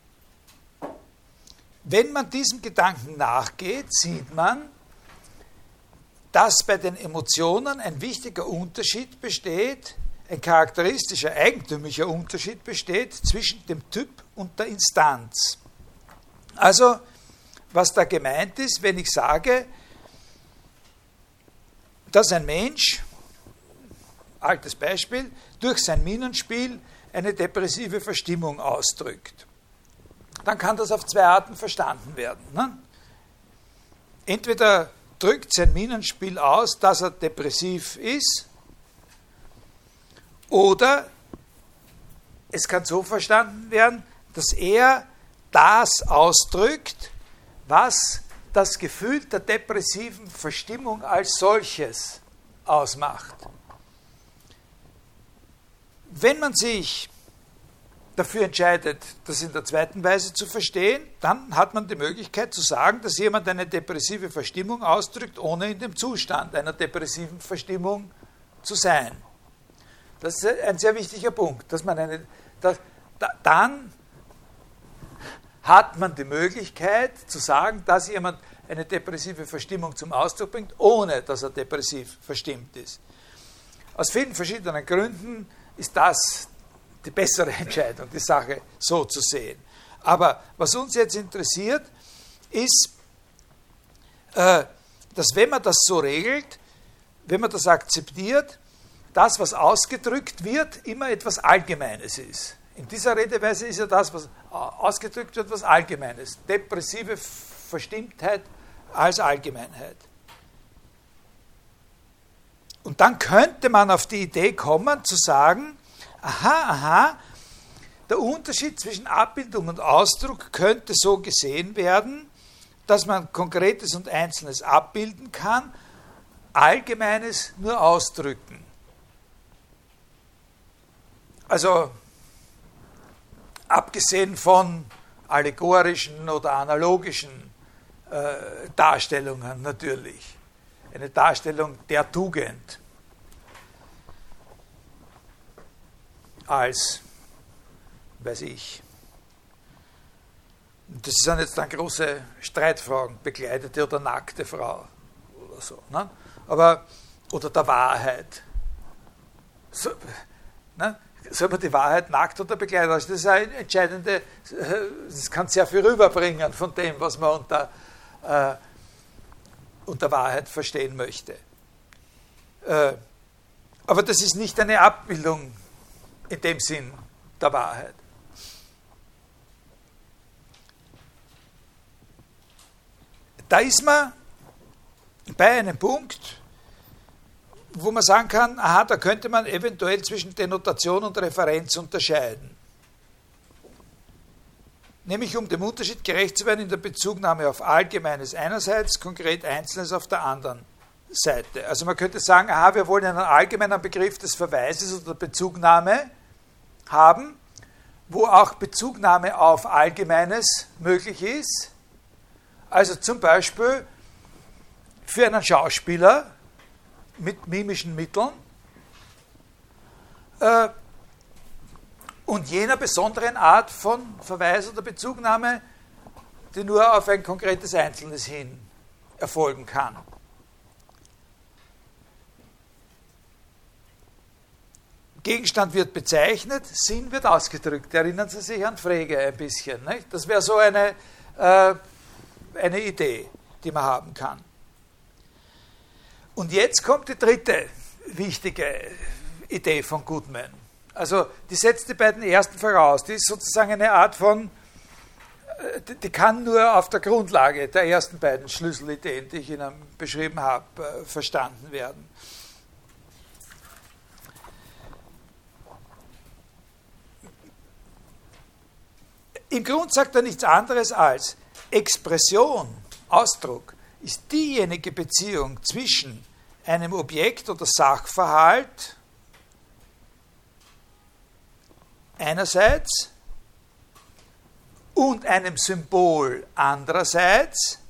Wenn man diesem Gedanken nachgeht, sieht man, dass bei den Emotionen ein wichtiger Unterschied besteht, ein charakteristischer, eigentümlicher Unterschied besteht zwischen dem Typ und der Instanz. Also, was da gemeint ist, wenn ich sage, dass ein Mensch, altes Beispiel, durch sein Mienenspiel eine depressive Verstimmung ausdrückt, dann kann das auf zwei Arten verstanden werden. Ne? Entweder drückt sein Mienenspiel aus, dass er depressiv ist, oder es kann so verstanden werden, dass er das ausdrückt, was das Gefühl der depressiven Verstimmung als solches ausmacht. Wenn man sich dafür entscheidet, das in der zweiten Weise zu verstehen, dann hat man die Möglichkeit zu sagen, dass jemand eine depressive Verstimmung ausdrückt, ohne in dem Zustand einer depressiven Verstimmung zu sein. Das ist ein sehr wichtiger Punkt, dass man eine, dass, da, dann hat man die Möglichkeit zu sagen, dass jemand eine depressive Verstimmung zum Ausdruck bringt, ohne dass er depressiv verstimmt ist. Aus vielen verschiedenen Gründen ist das die bessere Entscheidung, die Sache so zu sehen. Aber was uns jetzt interessiert, ist, äh, dass wenn man das so regelt, wenn man das akzeptiert, das, was ausgedrückt wird, immer etwas Allgemeines ist. In dieser Redeweise ist ja das, was ausgedrückt wird, was Allgemeines. Depressive Verstimmtheit als Allgemeinheit. Und dann könnte man auf die Idee kommen, zu sagen, aha, aha, der Unterschied zwischen Abbildung und Ausdruck könnte so gesehen werden, dass man Konkretes und Einzelnes abbilden kann, Allgemeines nur ausdrücken. Also, abgesehen von allegorischen oder analogischen äh, Darstellungen natürlich. Eine Darstellung der Tugend als, weiß ich, das sind jetzt dann große Streitfragen, bekleidete oder nackte Frau oder so, ne? Aber, oder der Wahrheit. So, ne? Soll man die Wahrheit nackt oder bekleidet? Also das ist eine entscheidende, das kann sehr viel rüberbringen von dem, was man unter, äh, unter Wahrheit verstehen möchte. Äh, aber das ist nicht eine Abbildung in dem Sinn der Wahrheit. da ist man bei einem Punkt, wo man sagen kann, aha, da könnte man eventuell zwischen Denotation und Referenz unterscheiden. Nämlich um dem Unterschied gerecht zu werden in der Bezugnahme auf Allgemeines einerseits, konkret Einzelnes auf der anderen Seite. Also man könnte sagen, aha, wir wollen einen allgemeinen Begriff des Verweises oder Bezugnahme haben, wo auch Bezugnahme auf Allgemeines möglich ist. Also zum Beispiel für einen Schauspieler mit mimischen Mitteln äh, und jener besonderen Art von Verweis oder Bezugnahme, die nur auf ein konkretes Einzelnes hin erfolgen kann. Gegenstand wird bezeichnet, Sinn wird ausgedrückt. Erinnern Sie sich an Frege ein bisschen. Nicht? Das wäre so eine, äh, eine Idee, die man haben kann. Und jetzt kommt die dritte wichtige Idee von Goodman. Also die setzt die beiden ersten voraus. Die ist sozusagen eine Art von, die kann nur auf der Grundlage der ersten beiden Schlüsselideen, die ich Ihnen beschrieben habe, verstanden werden. Im Grund sagt er nichts anderes als Expression, Ausdruck, ist diejenige Beziehung zwischen einem Objekt oder Sachverhalt einerseits und einem Symbol andererseits,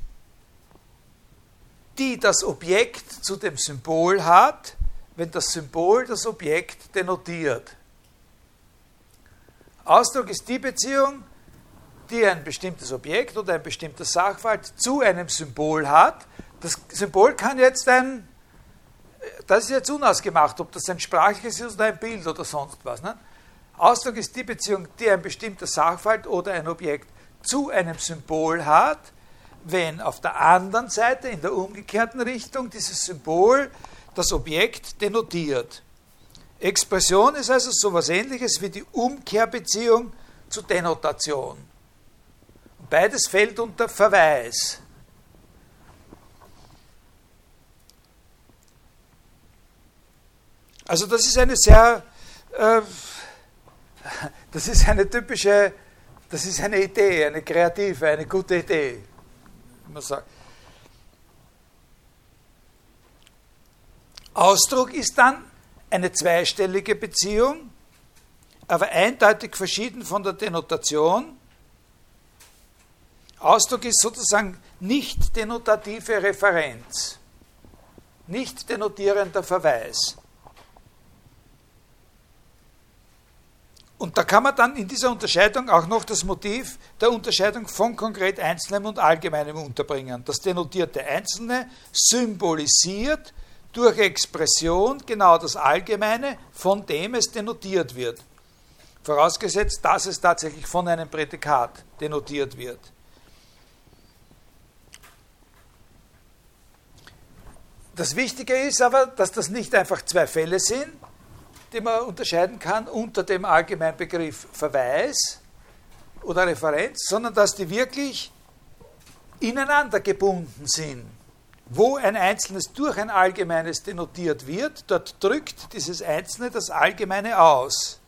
die das Objekt zu dem Symbol hat, wenn das Symbol das Objekt denotiert. Ausdruck ist die Beziehung, die ein bestimmtes Objekt oder ein bestimmter Sachverhalt zu einem Symbol hat. Das Symbol kann jetzt ein, das ist jetzt unausgemacht, ob das ein sprachliches ist oder ein Bild oder sonst was. Ne? Ausdruck ist die Beziehung, die ein bestimmter Sachverhalt oder ein Objekt zu einem Symbol hat, wenn auf der anderen Seite, in der umgekehrten Richtung, dieses Symbol das Objekt denotiert. Expression ist also so etwas Ähnliches wie die Umkehrbeziehung zu Denotation. Beides fällt unter Verweis. Also das ist eine sehr, äh, das ist eine typische, das ist eine Idee, eine kreative, eine gute Idee, wie man sagt. Ausdruck ist dann eine zweistellige Beziehung, aber eindeutig verschieden von der Denotation. Ausdruck ist sozusagen nicht denotative Referenz, nicht denotierender Verweis. Und da kann man dann in dieser Unterscheidung auch noch das Motiv der Unterscheidung von konkret Einzelnem und Allgemeinem unterbringen. Das denotierte Einzelne symbolisiert durch Expression genau das Allgemeine, von dem es denotiert wird. Vorausgesetzt, dass es tatsächlich von einem Prädikat denotiert wird. Das Wichtige ist aber, dass das nicht einfach zwei Fälle sind, die man unterscheiden kann unter dem Allgemeinbegriff Verweis oder Referenz, sondern dass die wirklich ineinander gebunden sind. Wo ein Einzelnes durch ein Allgemeines denotiert wird, dort drückt dieses Einzelne das Allgemeine aus.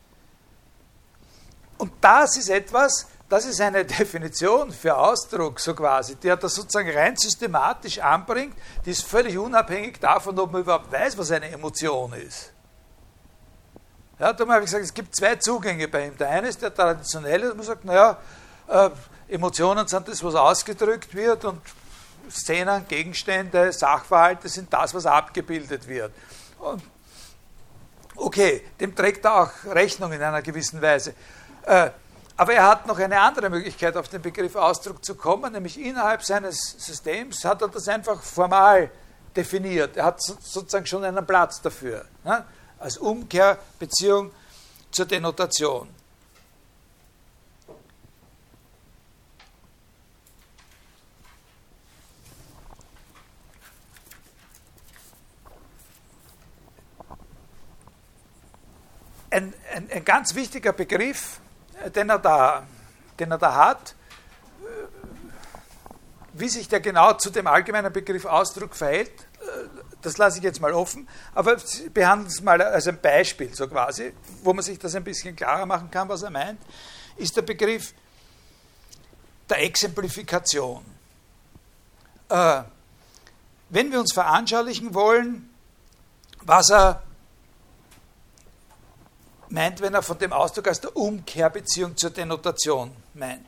Und das ist etwas, das ist eine Definition für Ausdruck, so quasi, die er das sozusagen rein systematisch anbringt, die ist völlig unabhängig davon, ob man überhaupt weiß, was eine Emotion ist. Ja, darum habe ich gesagt, es gibt zwei Zugänge bei ihm. Der eine ist der traditionelle, dass man sagt, naja, äh, Emotionen sind das, was ausgedrückt wird und Szenen, Gegenstände, Sachverhalte sind das, was abgebildet wird. Und okay, dem trägt er auch Rechnung in einer gewissen Weise. Äh, aber er hat noch eine andere Möglichkeit, auf den Begriff Ausdruck zu kommen, nämlich innerhalb seines Systems hat er das einfach formal definiert. Er hat sozusagen schon einen Platz dafür, ne? Als Umkehrbeziehung zur Denotation. Ein, ein, ein ganz wichtiger Begriff, den er da, den er da hat, wie sich der genau zu dem allgemeinen Begriff Ausdruck verhält, das lasse ich jetzt mal offen, aber Sie behandeln es mal als ein Beispiel, so quasi, wo man sich das ein bisschen klarer machen kann, was er meint, ist der Begriff der Exemplifikation. Äh, wenn wir uns veranschaulichen wollen, was er meint, wenn er von dem Ausdruck als der Umkehrbeziehung zur Denotation meint.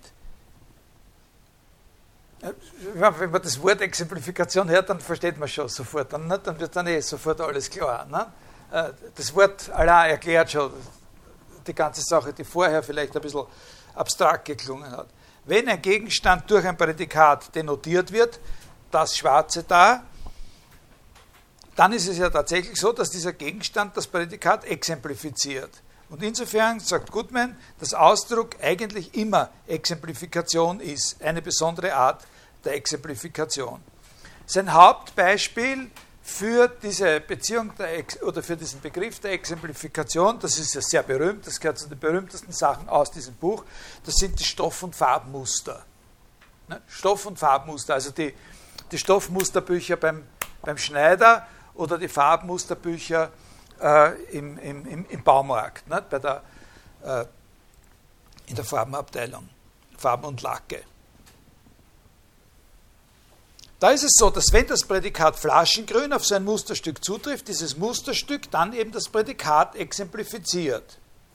Wenn man das Wort Exemplifikation hört, dann versteht man schon sofort, dann, dann wird dann eh sofort alles klar. Ne? Das Wort allein erklärt schon die ganze Sache, die vorher vielleicht ein bisschen abstrakt geklungen hat. Wenn ein Gegenstand durch ein Prädikat denotiert wird, das Schwarze da, dann ist es ja tatsächlich so, dass dieser Gegenstand das Prädikat exemplifiziert. Und insofern sagt Goodman, dass Ausdruck eigentlich immer Exemplifikation ist, eine besondere Art der Exemplifikation. Sein Hauptbeispiel für diese Beziehung der Ex- oder für diesen Begriff der Exemplifikation, das ist ja sehr berühmt, das gehört zu den berühmtesten Sachen aus diesem Buch, das sind die Stoff- und Farbmuster. Ne? Stoff- und Farbmuster, also die, die Stoffmusterbücher beim, beim Schneider oder die Farbmusterbücher äh, im, im, im Baumarkt, ne? Bei der, äh, in der Farbenabteilung, Farben und Lacke. Da ist es so, dass wenn das Prädikat Flaschengrün auf so ein Musterstück zutrifft, dieses Musterstück dann eben das Prädikat exemplifiziert.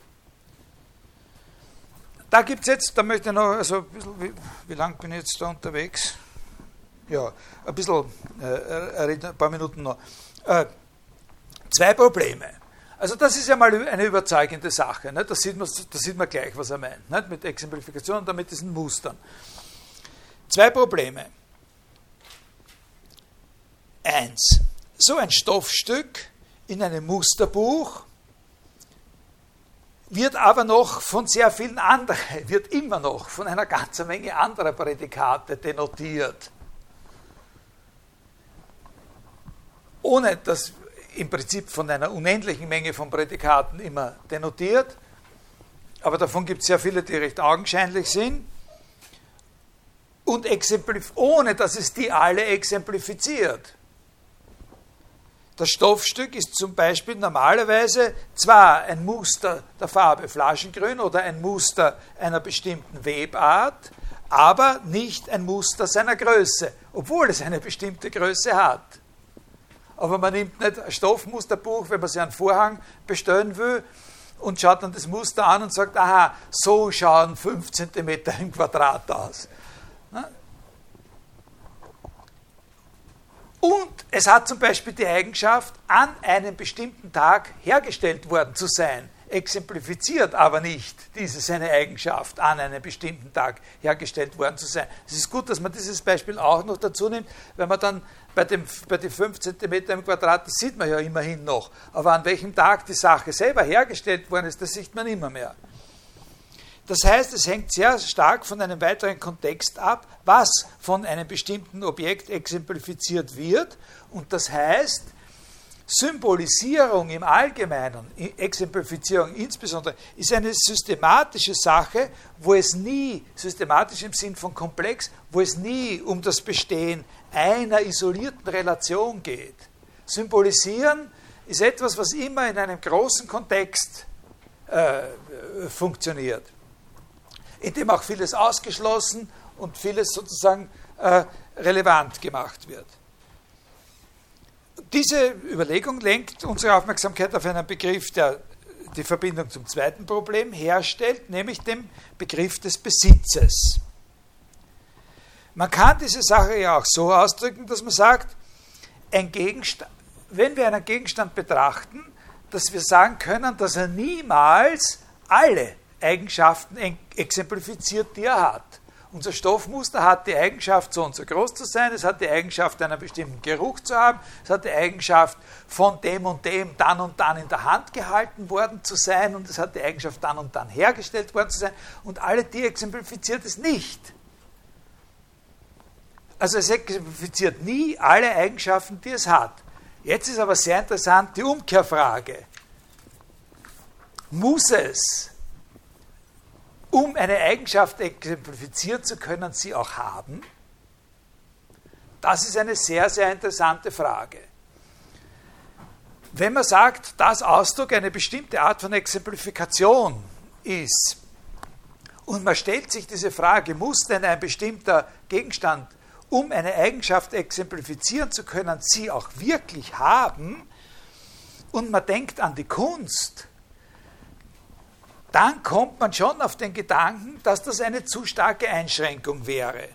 Da gibt es jetzt, da möchte ich noch, also ein bisschen, wie, wie lange bin ich jetzt da unterwegs? Ja, ein bisschen, äh, ein paar Minuten noch. Äh, zwei Probleme. Also das ist ja mal eine überzeugende Sache. Ne? Da sieht man, da sieht man gleich, was er meint, ne? Mit Exemplifikation und mit diesen Mustern. Zwei Probleme. Eins. So ein Stoffstück in einem Musterbuch wird aber noch von sehr vielen anderen, wird immer noch von einer ganzen Menge anderer Prädikate denotiert. Ohne dass im Prinzip von einer unendlichen Menge von Prädikaten immer denotiert, aber davon gibt es sehr viele, die recht augenscheinlich sind, und exemplif- ohne dass es die alle exemplifiziert. Das Stoffstück ist zum Beispiel normalerweise zwar ein Muster der Farbe Flaschengrün oder ein Muster einer bestimmten Webart, aber nicht ein Muster seiner Größe, obwohl es eine bestimmte Größe hat. Aber man nimmt nicht ein Stoffmusterbuch, wenn man sich einen Vorhang bestellen will, und schaut dann das Muster an und sagt, aha, so schauen fünf Zentimeter im Quadrat aus. Und es hat zum Beispiel die Eigenschaft, an einem bestimmten Tag hergestellt worden zu sein. Exemplifiziert aber nicht diese seine Eigenschaft, an einem bestimmten Tag hergestellt worden zu sein. Es ist gut, dass man dieses Beispiel auch noch dazu nimmt, weil man dann bei, dem, bei den fünf Zentimeter im Quadrat, das sieht man ja immerhin noch. Aber an welchem Tag die Sache selber hergestellt worden ist, das sieht man immer mehr. Das heißt, es hängt sehr stark von einem weiteren Kontext ab, was von einem bestimmten Objekt exemplifiziert wird. Und das heißt, Symbolisierung im Allgemeinen, Exemplifizierung insbesondere, ist eine systematische Sache, wo es nie, systematisch im Sinn von komplex, wo es nie um das Bestehen einer isolierten Relation geht. Symbolisieren ist etwas, was immer in einem großen Kontext äh, funktioniert, in dem auch vieles ausgeschlossen und vieles sozusagen äh, relevant gemacht wird. Diese Überlegung lenkt unsere Aufmerksamkeit auf einen Begriff, der die Verbindung zum zweiten Problem herstellt, nämlich dem Begriff des Besitzes. Man kann diese Sache ja auch so ausdrücken, dass man sagt, ein Gegenstand, wenn wir einen Gegenstand betrachten, dass wir sagen können, dass er niemals alle Eigenschaften exemplifiziert, die er hat. Unser Stoffmuster hat die Eigenschaft, so und so groß zu sein, es hat die Eigenschaft, einen bestimmten Geruch zu haben, es hat die Eigenschaft, von dem und dem dann und dann in der Hand gehalten worden zu sein, und es hat die Eigenschaft, dann und dann hergestellt worden zu sein, und alle die exemplifiziert es nicht. Also es exemplifiziert nie alle Eigenschaften, die es hat. Jetzt ist aber sehr interessant die Umkehrfrage. Muss es, um eine Eigenschaft exemplifizieren zu können, sie auch haben? Das ist eine sehr, sehr interessante Frage. Wenn man sagt, dass Ausdruck eine bestimmte Art von Exemplifikation ist, und man stellt sich diese Frage, muss denn ein bestimmter Gegenstand, um eine Eigenschaft exemplifizieren zu können, sie auch wirklich haben, und man denkt an die Kunst, dann kommt man schon auf den Gedanken, dass das eine zu starke Einschränkung wäre.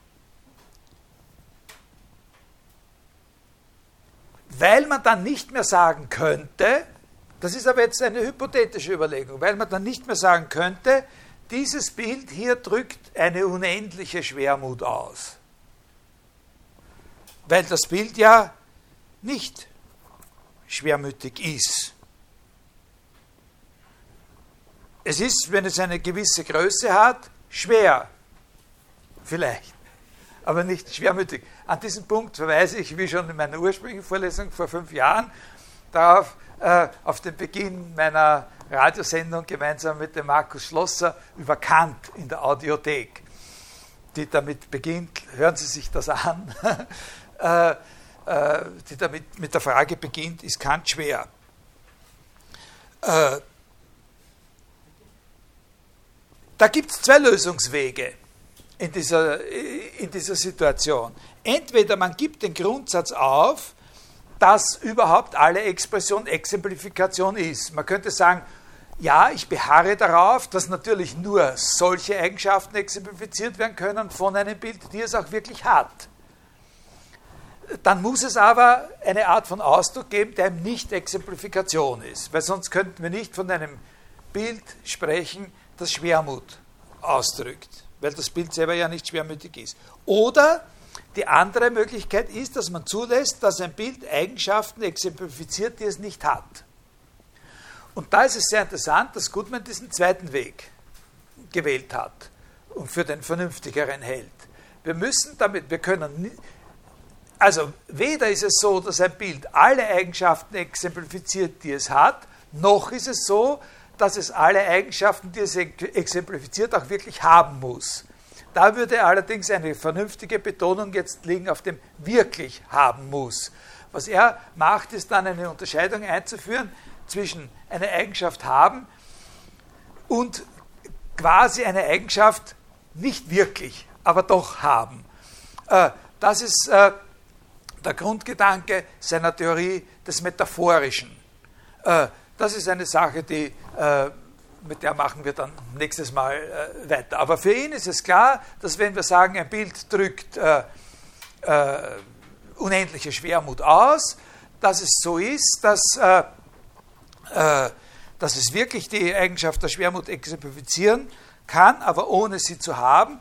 Weil man dann nicht mehr sagen könnte, das ist aber jetzt eine hypothetische Überlegung, weil man dann nicht mehr sagen könnte, dieses Bild hier drückt eine unendliche Schwermut aus. Weil das Bild ja nicht schwermütig ist. Es ist, wenn es eine gewisse Größe hat, schwer. Vielleicht. Aber nicht schwermütig. An diesen Punkt verweise ich, wie schon in meiner ursprünglichen Vorlesung vor fünf Jahren, darauf, äh, auf den Beginn meiner Radiosendung gemeinsam mit dem Markus Schlosser über Kant in der Audiothek, die damit beginnt, hören Sie sich das an, äh, äh, die damit mit der Frage beginnt, ist Kant schwer? Äh, da gibt es zwei Lösungswege in dieser, in dieser Situation. Entweder man gibt den Grundsatz auf, dass überhaupt alle Expression Exemplifikation ist. Man könnte sagen, ja, ich beharre darauf, dass natürlich nur solche Eigenschaften exemplifiziert werden können von einem Bild, die es auch wirklich hat. Dann muss es aber eine Art von Ausdruck geben, der eben nicht Exemplifikation ist, weil sonst könnten wir nicht von einem Bild sprechen, das Schwermut ausdrückt, weil das Bild selber ja nicht schwermütig ist. Oder die andere Möglichkeit ist, dass man zulässt, dass ein Bild Eigenschaften exemplifiziert, die es nicht hat. Und da ist es sehr interessant, dass Goodman diesen zweiten Weg gewählt hat und für den vernünftigeren hält. Wir müssen damit, wir können, also weder ist es so, dass ein Bild alle Eigenschaften exemplifiziert, die es hat, noch ist es so, dass es alle Eigenschaften, die es exemplifiziert, auch wirklich haben muss. Da würde allerdings eine vernünftige Betonung jetzt liegen auf dem wirklich haben muss. Was er macht, ist dann eine Unterscheidung einzuführen zwischen einer Eigenschaft haben und quasi eine Eigenschaft nicht wirklich, aber doch haben. Das ist der Grundgedanke seiner Theorie des Metaphorischen. Das ist eine Sache, die mit der machen wir dann nächstes Mal äh, weiter. Aber für ihn ist es klar, dass wenn wir sagen, ein Bild drückt äh, äh, unendliche Schwermut aus, dass es so ist, dass, äh, äh, dass es wirklich die Eigenschaft der Schwermut exemplifizieren kann, aber ohne sie zu haben,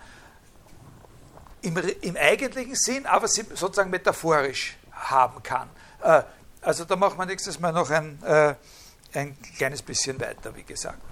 im, im eigentlichen Sinn, aber sie sozusagen metaphorisch haben kann. Äh, also da machen wir nächstes Mal noch ein, äh, ein kleines bisschen weiter, wie gesagt.